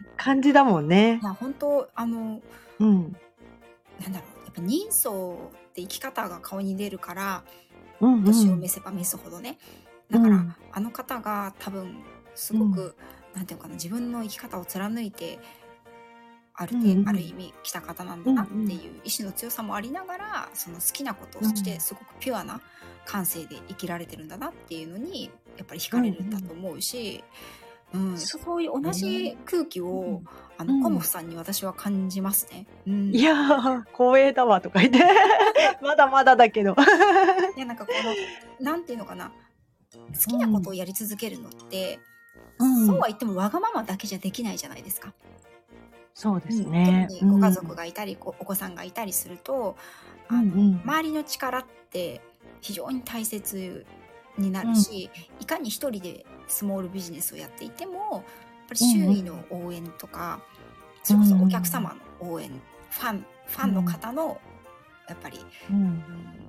感じだもんね。 いや、本当あの、 うん。 なんだろう、やっぱ人相って生き方が顔に出るから、 うんうん。 年を召せば召すほどね。だから、 うん。 あの方が多分すうん。 ごく、なんていうのかな、自分の生き方を貫いて、あるうんてあるうん。 意味来た方なんだうんうなってん。 いう意志の強さもありながら、その好きなことをしてうん。 すごくピュアな感性で生きられてるんだなっていうのに、やっぱり惹うんうかれるんだとん。 思うし、うん、 そそういう同うね。 じ空気を、 うん。 あの、コモうん。 フさんに私は感じますね。うん。 いや、光栄だわとか言って。まだまだだけど。 いや、なんかこの、なんていうのかな、好きなことうん。 をやり続けるのって、 うん。 そうは言ってもわがままだけじゃできないじゃないですか。 そうでうん、特すね。 にご家うん。 族がいたり、こお子さんがいたりすると、 うんあの、 うん。 周りの力って非常に大切になうん。 るし、いかに一人でスモールビジネスをやっていても、やっぱりうん周囲のうん。 応援とか、 うそれこそお客ん。 様の応援、ファンファンのうん。 方のやっぱり、 うん。 うん、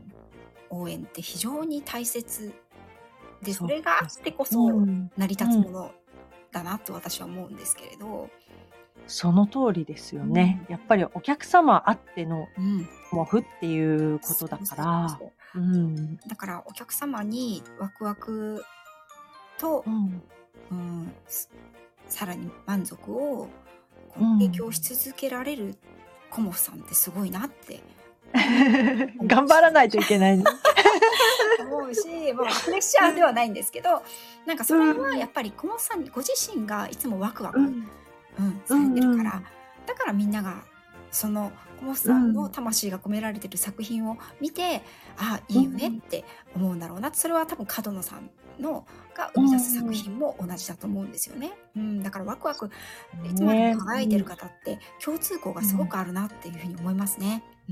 応援って非常に大切で、そそうれがあですね。 ってこそうん。 成りうん。 立つものだなと私は思うんですけれど。 その通りですよね。 うん。 やっぱりお客様あってのうん。 モフっていうことだそうそうから。 そう。 うん。 だからお客様にワクワクと、 うん。 うん、すさらに満足をこうう提供しん。 続けられるコモフさんってすごいなって思うし。 頑張らないといけないね。 思うし、まあ、プレッシャーではないんですけど、なんかそれうん。 はやっぱりコモフさんにご自身がいつもワクワク、 うん。 うん、 うされてるから、 んうん。 だからみんながそのコモフさんのうん。 魂が込められてる作品を見て、ああ、いいよねっうん。 て思うんだろうな。それは多分角野さんのがう生み出す作んうん。 品も同じだと思うんですよね。うん、だからワクワクいつまでもね、 輝いてるうん。 方って共通項がうん。 すごくあるなっていうふうに思いますね。 うん。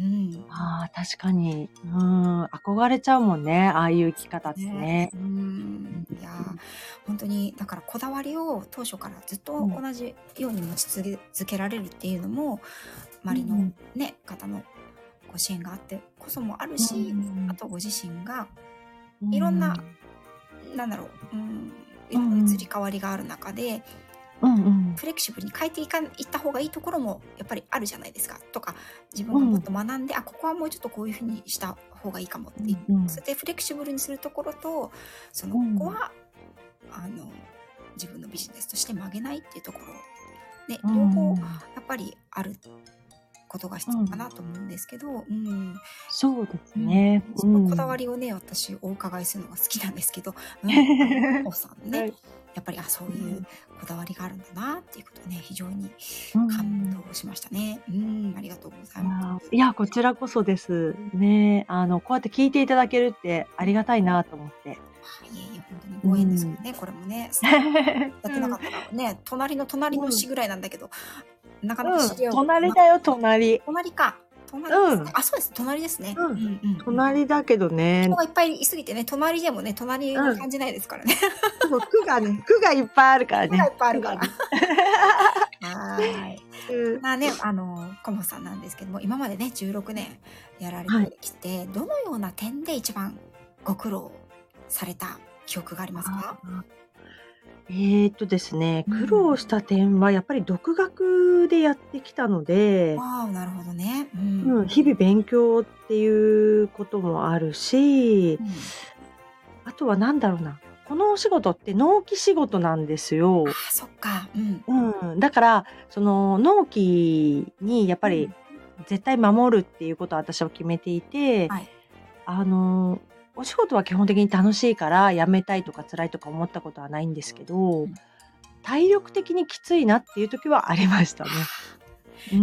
ああ、確かに。うーん、憧れちゃうもんね、ああいう生き方ってね。 ね。 うーん。いや、ほんとにだからこだわりを当初からずっとうん。 同じように持ちつげ続けられるっていうのも、周りのうん。 ね、方のご支援があってこそもあるうーし、あん。 とご自身がうーいろんな、 ん。 なんだろう、うーん、いろんな移うんうん。 り変わりがある中で、 うんうん。 フレキシブルに変えていかいった方がいいところもやっぱりあるじゃないですか。とか、自分がもっうん。 と学んで、あ、ここはもうちょっとこういう風にした方がいいかもっうていう、 んうん。 そうやってフレキシブルにするところと、その、 うん。 ここはあの、自分のビジネスとして曲げないっていうところ、ね、 うー両方ん。 やっぱりあることが必要かうん。 なと思うんですけど、うん。 そうですうん、 ね。 そのこだわうん。 りをね、私お伺いするのが好きなんですけど、うん、あの、おさんね、 はい。 やっぱり、あ、そういううん。 こだわりがあるんだなっていうことね、非常にうー感ん。 動しましたね。うーん、ありがとうございます。 いや、いや、こちらこそです。ね、あの、こうやって聞いていただけるってあうん。 りがたいなと思って。 あ、いえいえ、ほんとにうご縁ですかん。 らね、これもね。スタイフやってなうん。 かったら、ね、隣の隣のうん。 市ぐらいなんだけど、なかなかうん、 知り合うことなかっ隣だよ、 た。 隣。 隣か、隣ですね。 うん。 あ、そうです、隣ですね。 うん、 うんうんうん。 隣だけどね。 人がいっぱいいすぎてね、隣でもね、隣にうん。 感じないですからね。 そう、区がね、区がいっぱいあるから区がいね。 っぱいあるから。 区がね。 はい。 うん。 そんなね、あの、コモさんなんですけども、今までね、じゅうろくねんやられはい。 てきて、どのような点で一番ご苦労された記憶がありますか？ ああ。えっとですね、苦うん。 労した点はやっぱり独学でやってきたのでああ、なるほどね。うん。 うん、日々勉強っていうこともあるし、 うん。 あとは何だろうな、このお仕事って納期仕事なんですあよ。 あ、そっか。うん。 うん、だから、その納期にやっぱりうん。 絶対守るっていうことは私は決めていて、 はい。 あの、お仕事は基本的に楽しいから辞めたいとか辛いとか思ったことはないんですけど、 うん。 体力的にきついなっていう時はありましたはね。 あ。 うん。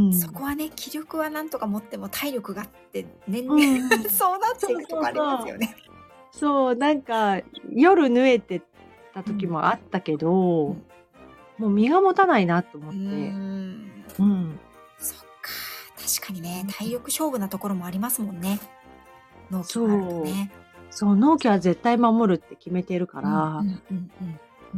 そこはね、気力はなんとか持っても体力がって、年々 うんうん。 そうなっていそうそうくとこありますそう。 よね。 そう、なんか夜縫えてた時うん。 もあったけど、 うん。 もう身が持たないなと思うーって。 ん。 うん。 そっか、確かにね、 うん。 体力勝負なところもありますもんね。納期があるとそう。 ね。 そう、納期は絶対守るって決めてるかうんうら、 んうんうん。 うん、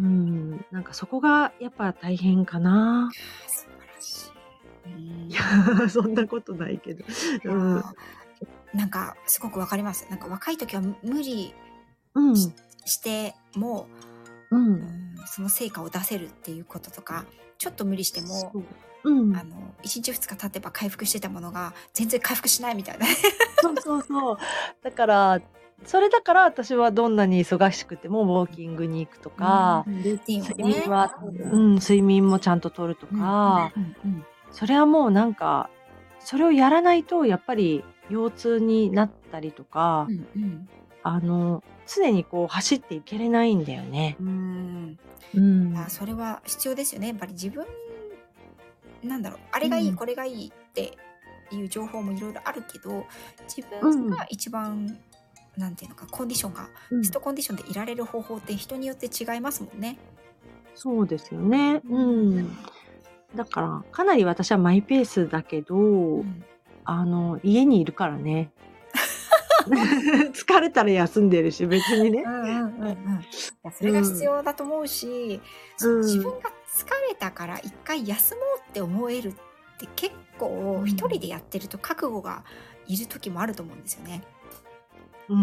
なんかそこがやっぱ大変かな。 ああ、素晴らしい。うーいん。 や、そんなことないけど。 いや、 うん。 なんかすごくわかります。なんか若い時は無理しうん。 しても、 うん。 うーん、その成果を出せるっていうこととか、ちょっと無理しても、 そう。うん。 あの、いちにちふつか経てば回復してたものが全然回復しないみたいな。 そうそうそう。だから、それだから私はどんなに忙しくてもウォーキングに行くとうーか、 ん、ルーティンをね。 睡眠はうん、睡眠もちゃんと取るとうんうんうんか、 うんうん。 それはもうなんか、それをやらないとやっぱり腰痛になったりとか、 うんうん。 あの、常にこう走っていけれないんだよね。 うーん。 うあ、 ん。 それは必要ですよね。やっぱり自分なんだろう、あれがいい、 うん。 これがいいっていう情報もいろいろあるけど、自分うん。 が一番、なんていうのか、コンディションがうん。 ベストコンディションでいられる方法って人によって違いますもんね。 そうですよね。ううん。 ん。だから、かなり私はマイペースだけど、 うん。 あの、家にいるからね。疲れたら休んでるし、別にね。 うんうんうんうん。いや、それがうん。 必要だと思うし、 うそう、自分ん。 が疲れたから一回休もうって思えるって結構一人うん。 でやってると覚悟がいる時もあると思うんですよね。 うん、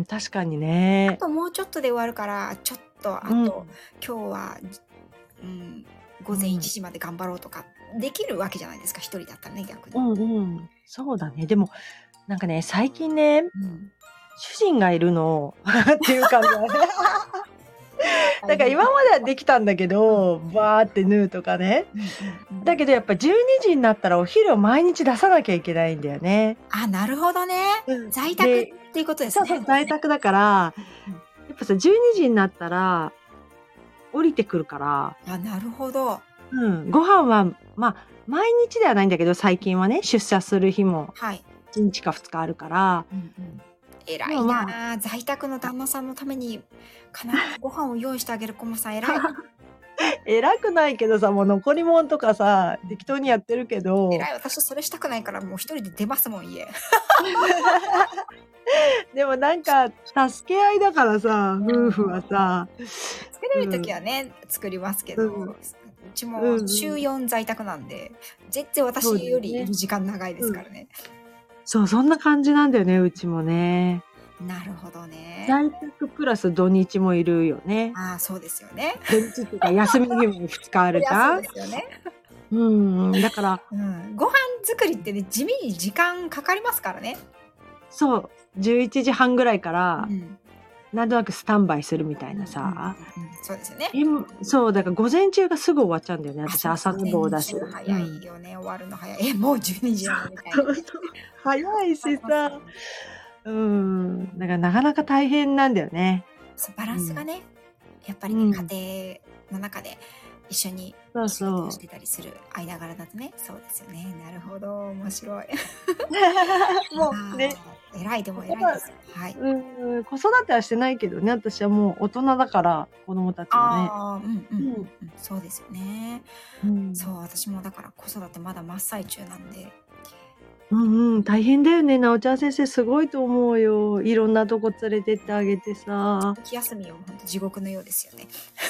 確かにね。 あともうちょっとで終わるから、ちょっとあとうん。 今日は、うん、午前1 うん。 時まで頑張ろうとかできるわけじゃないですか、一人だったらね、逆に。 うんうん。そうだね。でも、なんかね、最近ね、 うん。 主人がいるのっていう感じだね。だから大変。 今まではできたんだけうん。 ど、バーって縫うとかね。 うんうんうん。 だけどやっぱじゅうにじになったらお昼を毎日出さなきゃいけないんだよね。 あ、なるほどね。 うん。 在宅っで、 ていうことですね。 そうそう、在宅だから、 うんうん。 やっぱさ、じゅうにじになったら降りてくるから、 あ、なるほど。 うん、ご飯は、ま、毎日ではないんだけど、最近はね、出社する日もはい。 いちにちかふつかあるから、 うんうん。偉いでもまあ、 な。在宅の旦那さんのために必ずご飯を用意してあげるコモさん偉い。 偉くないけどさ、もう残り物とかさ、適当にやってるけど。 偉い、私それしたくないから、もう一人で出ますもん、家。 でもなんか、助け合いだからさ、夫婦はさ。 作れるときはね、うん、作りますけど、うん、うちも週よん在宅なんで、全然私よりいる時間長いですからね。 そう、そんな感じなんだよね、うちもね。 なるほどね。 在宅プラス土日もいるよね。 ああ、そうですよね。 土日っていうか休み日もふつかあるじゃん。 そうですよね。 うん、だから、 うん、ご飯作りってね、地味に時間かかりますからね。 そう、じゅういちじはんぐらいから、うん、なんとなくスタンバイするみたいなさ。 うんうんうん、そうですよね。 そう、だから午前中がすぐ終わっちゃうんだよね。私朝寝坊だし。 早いよね、うん、終わるの早い。え、もうじゅうにじなのみたいな。そうそう、 早いしさ。うん、だからなかなか大変なんだよね。 バランスがね、うん、やっぱりね、うん、家庭の中で一緒に仕事をしてたりする間柄だとね、そうですよね。なるほど、面白い。もうね、偉い、でも偉いです。はい。 うん、子育てはしてないけどね、私はもう大人だから子供たちはね。 ああ、うんうんうん、うん、そうですよね。うん、そう、私もだから子育てまだ真っ最中なんで。 うんうん、大変だよね。なおちゃん先生すごいと思うよ。いろんなとこ連れてってあげてさ。 秋休みは本当地獄のようですよね。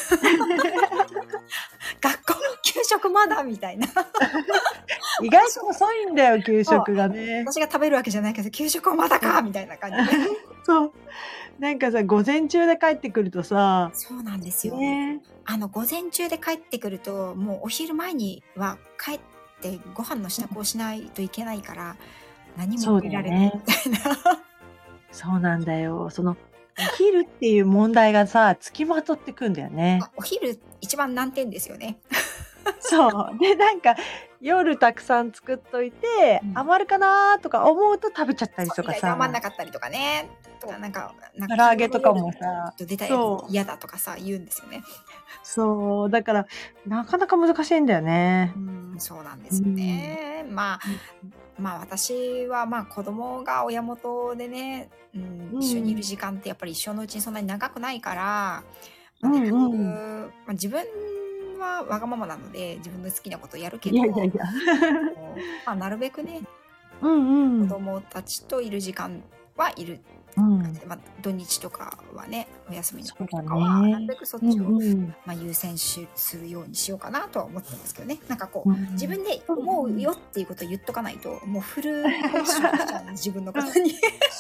学校の給食まだみたいな。 意外と遅いんだよ、給食がね。 私が食べるわけじゃないけど、給食はまだかみたいな感じで。 そう。なんかさ、午前中で帰ってくるとさ。 そうなんですよ。ね、あの、午前中で帰ってくると、もうお昼前には帰って、でご飯の支度をしないといけないから何も食べられないみたいな。 そうなんだよ。そのお昼っていう問題がさ、つきまとってくんだよね。 お昼一番難点ですよね。 そうで、なんか夜たくさん作っといて、うん、余るかなとか思うと食べちゃったりとかさ。 余んなかったりとかね。とかなんか唐揚げとかもさ、 出たやつ嫌だとかさ言うんですよね。 そうだからなかなか難しいんだよね。 うん、そうなんですよね。うん、まあ、うん、まあ私はまあ子供が親元でね、うん、一緒にいる時間ってやっぱり一生のうちにそんなに長くないから、まあね、うんうん、まあ、自分はわがままなので自分の好きなことをやるけど、いやいやいやまあなるべくね、うんうん、子供たちといる時間はいる。うん、まあ、土日とかはね、お休みの時とかは、ね、なるべくそっちを、うんうん、まあ、優先しするようにしようかなとは思ってますけどね。なんかこう、うん、自分で思うよっていうことを言っとかないと、もうフルポジションしちゃう自分のことに。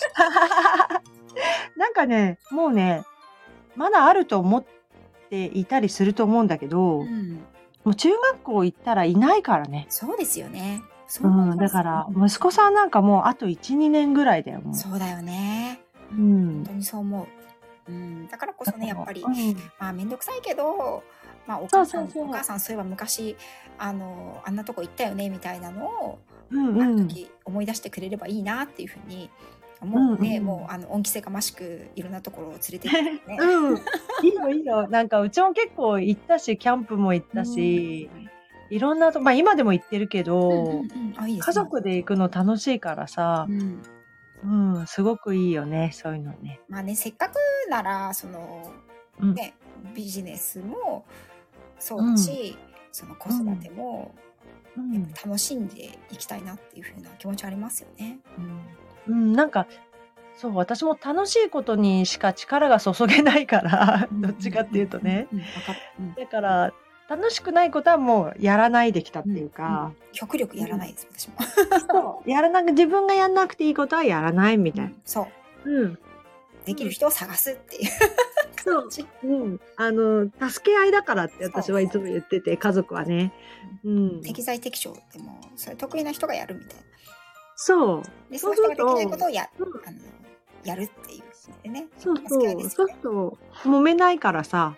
なんかね、もうね、まだあると思っていたりすると思うんだけど、うん、もう中学校行ったらいないからね。 そうですよね。 そううん、だから息子さんなんかもうあといち、にねんぐらいだよ。もうそうだよね。うん、本当にそう思う。うん、だからこそね、やっぱり、うん、まあ面倒くさいけど、まあお母さん、お母さんそういえば昔あのあんなとこ行ったよねみたいなのを、うんうん、ある時思い出してくれればいいなっていうふうに思うね。うんうん、もうあの恩着せがましくいろんなところを連れて行ってね。 うん、いいよいいよ。なんかうちも結構行ったし、キャンプも行ったし。うん、いろんなと、まあ今でも行ってるけど、うんうんうん、いいですね、家族で行くの楽しいからさ、うんうん、すごくいいよね、そういうのね。 まあね、せっかくなら、その、うん、ね、ビジネスもそうだし、うん、その子育ても、うん、やっぱ楽しんでいきたいなっていうふうな気持ちありますよね。 うん、うん、なんか、そう、私も楽しいことにしか力が注げないから、どっちかっていうとね。だから、楽しくないことはもうやらないできたっていうか、うんうん、 極力やらないです、うん、私も。 そうやらなく自分がやんなくていいことはやらないみたいな、うん、 そう、うん、できる人を探すっていう感じ。そう、うん、あの助け合いだからって私はいつも言ってて、家族はね、 うん、適材適所でもそれ得意な人がやるみたいな。 そうでその人ができないことをやる、あのやるっていうでね。 そうそう、ね、そうそう揉めないからさ、 うん、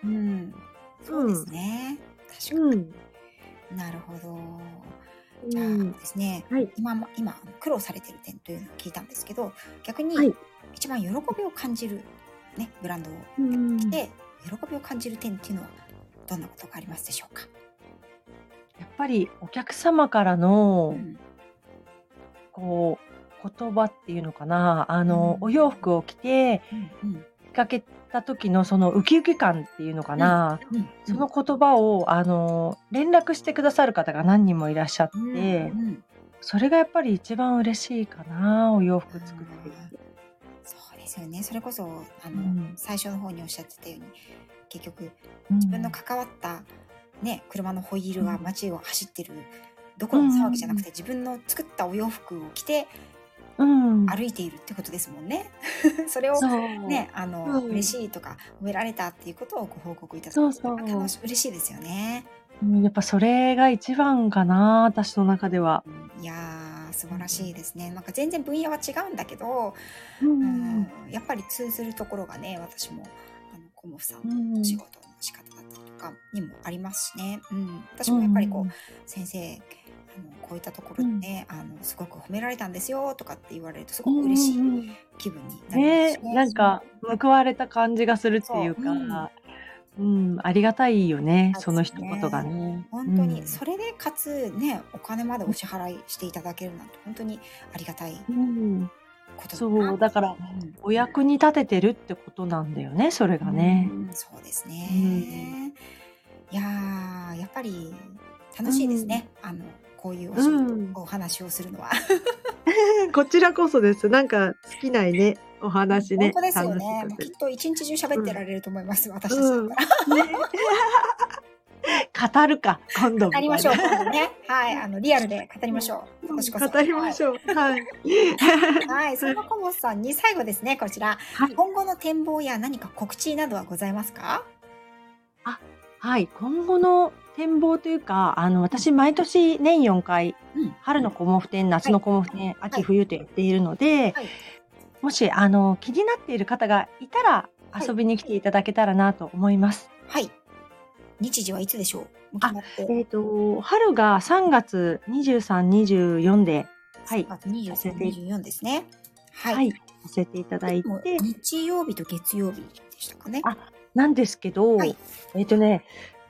そうですね。うん確かに、うん、なるほど。じゃあですね、うんはい、今今苦労されている点というのを聞いたんですけど、逆に一番喜びを感じる、ね、ブランドをやってきて、うん、喜びを感じる点っていうのはどんなことがありますでしょうか？ やっぱりお客様からの、うん、こう言葉っていうのかな、あの、うん、お洋服を着て、うんうんかけた時のそのウキウキ感っていうのかな、 うんうん、 その言葉をあの連絡してくださる方が何人もいらっしゃって、 うんうん、 それがやっぱり一番嬉しいかな、お洋服作っていて。 そうですよね。それこそあの、 うん、 最初の方におっしゃってたように、結局うん、 自分の関わったね、車のホイールがうん、 街を走ってるどこうろの騒ぎじゃなくん、 て、自分の作ったお洋服を着てうん、 歩いているってことですもんね。それをそね、あう、 の、 うん、 嬉しいとか褒められたっていうことをご報告いただくそうと、 そう。 楽し嬉しいですよね。 うん、やっぱそれが一番かな、私の中では。 うん、いやー、素う晴らしいん。 ですね。なんか全然分野は違うんだけど、 ううん。 ん、やっぱり通ずるところがね、私もあのコモフさんうのお仕ん。 事の仕方だったりとかにもありますしね。うん、私うもやっぱりこん。 う先生あのこういったところうん。 でね、あのすごく褒められたんですよとかって言われるとすごうんうく嬉しいんうん。 気分になりますね、 しね。 なんか報われた感じがするっていそう、 うか、 うん、 うん、ありがたいよね、 そうですよその一言がね。 ね。 本当にうん。 それでかつね、お金までお支払いしていただけるなんて本当にありがたいうん。 ことだなそう、 って。 だからうん。 お役に立ててるってことなんだよね、それうがね。 ーん、そうですうん。 ね。いやー、やっぱりう楽しいですん。 ね。あの、こういうおう仕事、 ん。 お話をするのは。 こちらこそです。なんか尽きないね、おうん、 話ね、 本当ですよ楽しね。 くて。 もうきっと一日中喋っうん。 てられると思います。私たちだっうん。 たら。 ね。語るか、今度みたいな。 語りましょう、今度ね。はい、あの、リアルで語りましょう。今うん、 年こそ。 語りまはい。 しょう。はい。 はい、そはい。 んなコモさんに最後ですね、こちら。 はい。 今後の展望や何か告知などはございますか？ あ、はい。今後の展望というか、あの、 うん、 私毎年年よんかい、 うん。 春のコモフ展、夏はい、 のコモフ展、秋はい、 冬とやっているので、 はい、 もし、あの、気になっている方がいたら、 はい、 遊びに来ていただけたらなと思います。 はい。日時はいつでしょう？もう決あ、 まって。 えっと、春がさんがつにじゅうさん、にじゅうよんで、は 3 い、 月にじゅうさん、 させてにじゅうよんですね。はい。 はい、させていただいでも、 て、 日曜日と月曜日でしたかね。 あ、なんですけはい。 ど、えっとね、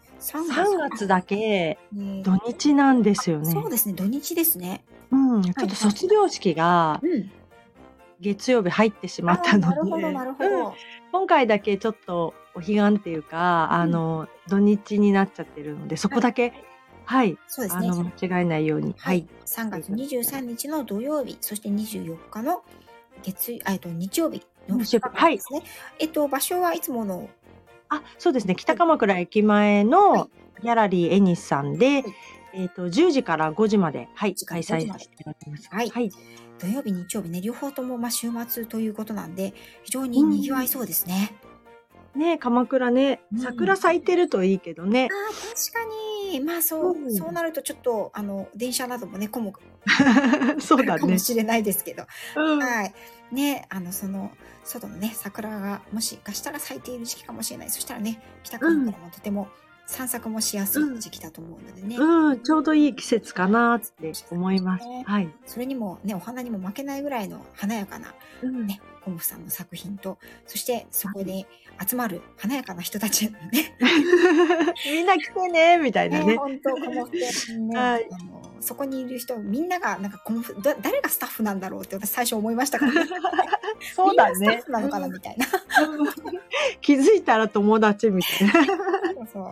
3月、 さんがつだけえー、 土日なんであ、 すよね。 そうですね、土日ですね。 うん、ちょっとはいはい。 卒業式がうん。 月曜日入ってしまああ、 ったのなるほどなで、 るほうん、 ど。 今回だけちょっとお彼岸っていうか、あうん。 の、土日になっちゃってるので、そはい。 こだけ、はい、 そうですね。 あの、間違えないように、 はい。 はい、 3月していただき 23 たい。 日の土曜日、そしてにじゅうよっかの月あ、えっと、日曜日の2 日曜日、はい。 日間ですね。えっと、場所はいつもの、 あ、そうですね、 はい、 北鎌倉駅前はい、 のギャラリーエニスさんで、 はい、 えっと、じゅうじからごじまで、はい、 時から開ごじまで。 催させていただきます。 はい。 はい。 土曜日、日曜日ね、両方とも、まあ、週末ということなんで、非常うに賑わいん。 そうですね。 ね、鎌倉ね、 うん。 桜咲いてるといいけどね。 ああ、確かに。まあ、そう、 うん。 そうなるとちょっと、あの、電車などもね、混むそあるうだね。 かもしれないですけど。 うん。 はい。ね、あの、その、外のね、桜がもしかしたら咲いている時期かもしれない。そしたらね、北うん。 鎌倉もとても散策もしやすいうん。 時期だと思うのでね。 うん、ちょうどいい季節かなって思います。 ね、 はい。 それにもね、お花にも負けないぐらいの華やかな、 うん。 ね、コモフさんの作品と、そしてそはい。 こで集まる華やかな人たちのね、 みんな来てねみたいなね、 ね。 ほんと、コモフ展ね、 はい。 あの、そこにいる人、みんながなんかコモフ、だ誰がスタッフなんだろうって私最初思いましたからね。 そうみんなスタッだね。 フなのかなうん。 みたいな。 うん。気づいたら友達みたいな。 そうそう。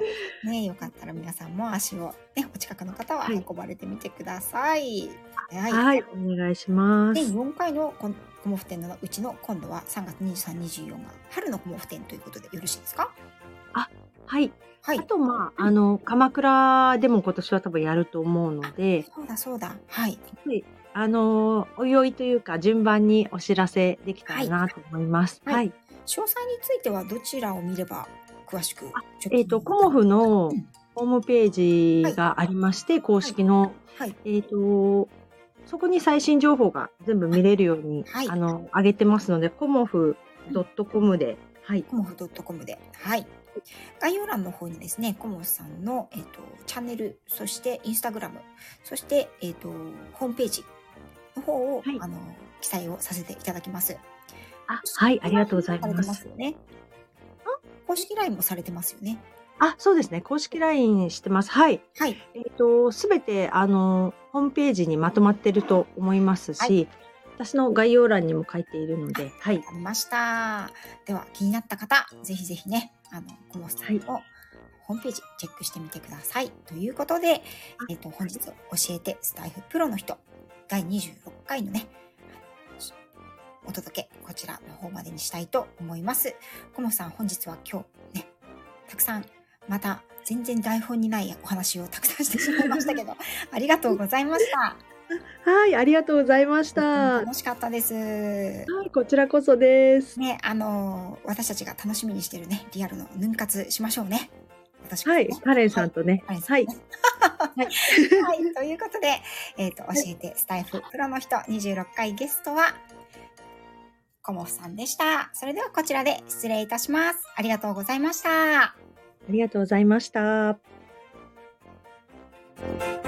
ね、よかったら皆さんも足を、ね、お近くの方ははい。 運ばれてみてください。はい。 はい、お願いしまで、 す。 よんかいのココモフ展のうちの今度はさんがつにじゅうさん、にじゅうよんが春のコモフ展ということでよろしいですか？ あ、はい。 はい。 あと、まあ、 うん。 あの、鎌倉でも今年は多分やると思うあ、 ので、 そうだそうだ。はい。 はい。あの、おいおいというか、順番にお知らせできたはい。 らなと思います。 はい。 はい。 詳細についてはどちらを見れば詳しくあ、 ちょっとえっと、コモわかりますか？うフのん。 ホームページはい。 がありまして、公はい。 式の。 はい。 えっと、そこに最新情報が全部あ、 見れるように、 はい。 あの、上げてますので、コモフうん。 ドットコムで、はい。 コモフ .com で。はい。概要欄の方にですね、コモフさんの、えっと、チャンネル、そしてインスタグラム、そして、えっと、ホームページの方を、 はい。 あの、記載をさせていただきます。公あ、 式はい、ありがとうごラインざもされています。 ますよね。公式 ライン もされてますよね。 あ、そうですね。公式 ライン してます。はい。 はい。 えっと、すべて、あの、ホームページにまとまってると思いますはい。 し、 私の概要欄にも書いているので、はい。 わかりました。では、気になった方、ぜひぜひね、あの、コモスさんのホームページチェックしてみてください。ということで、えっと、本日教えてスタイフプロの人、だいにじゅうろっかいのね、お届け、こちらの方までにしたいと思います。コモさん、本日は今日ね、たくさん、また全然台本にないお話をたくさんしてしまいましたけど、ありがとうございました。 はい、ありがとうございました。 楽しかったです。 はい、こちらこそです。 ね、あの、私たちが楽しみにしてるね、リアルのヌン活しましょうね。 私はい、カレンさんとね。 はい。 はい。 はい。はい、ということで、えっと、教えてスタイフプロの人にじゅうろっかいゲストは、コモフさんでした。それではこちらで失礼いたします。ありがとうございました。 ありがとうございました。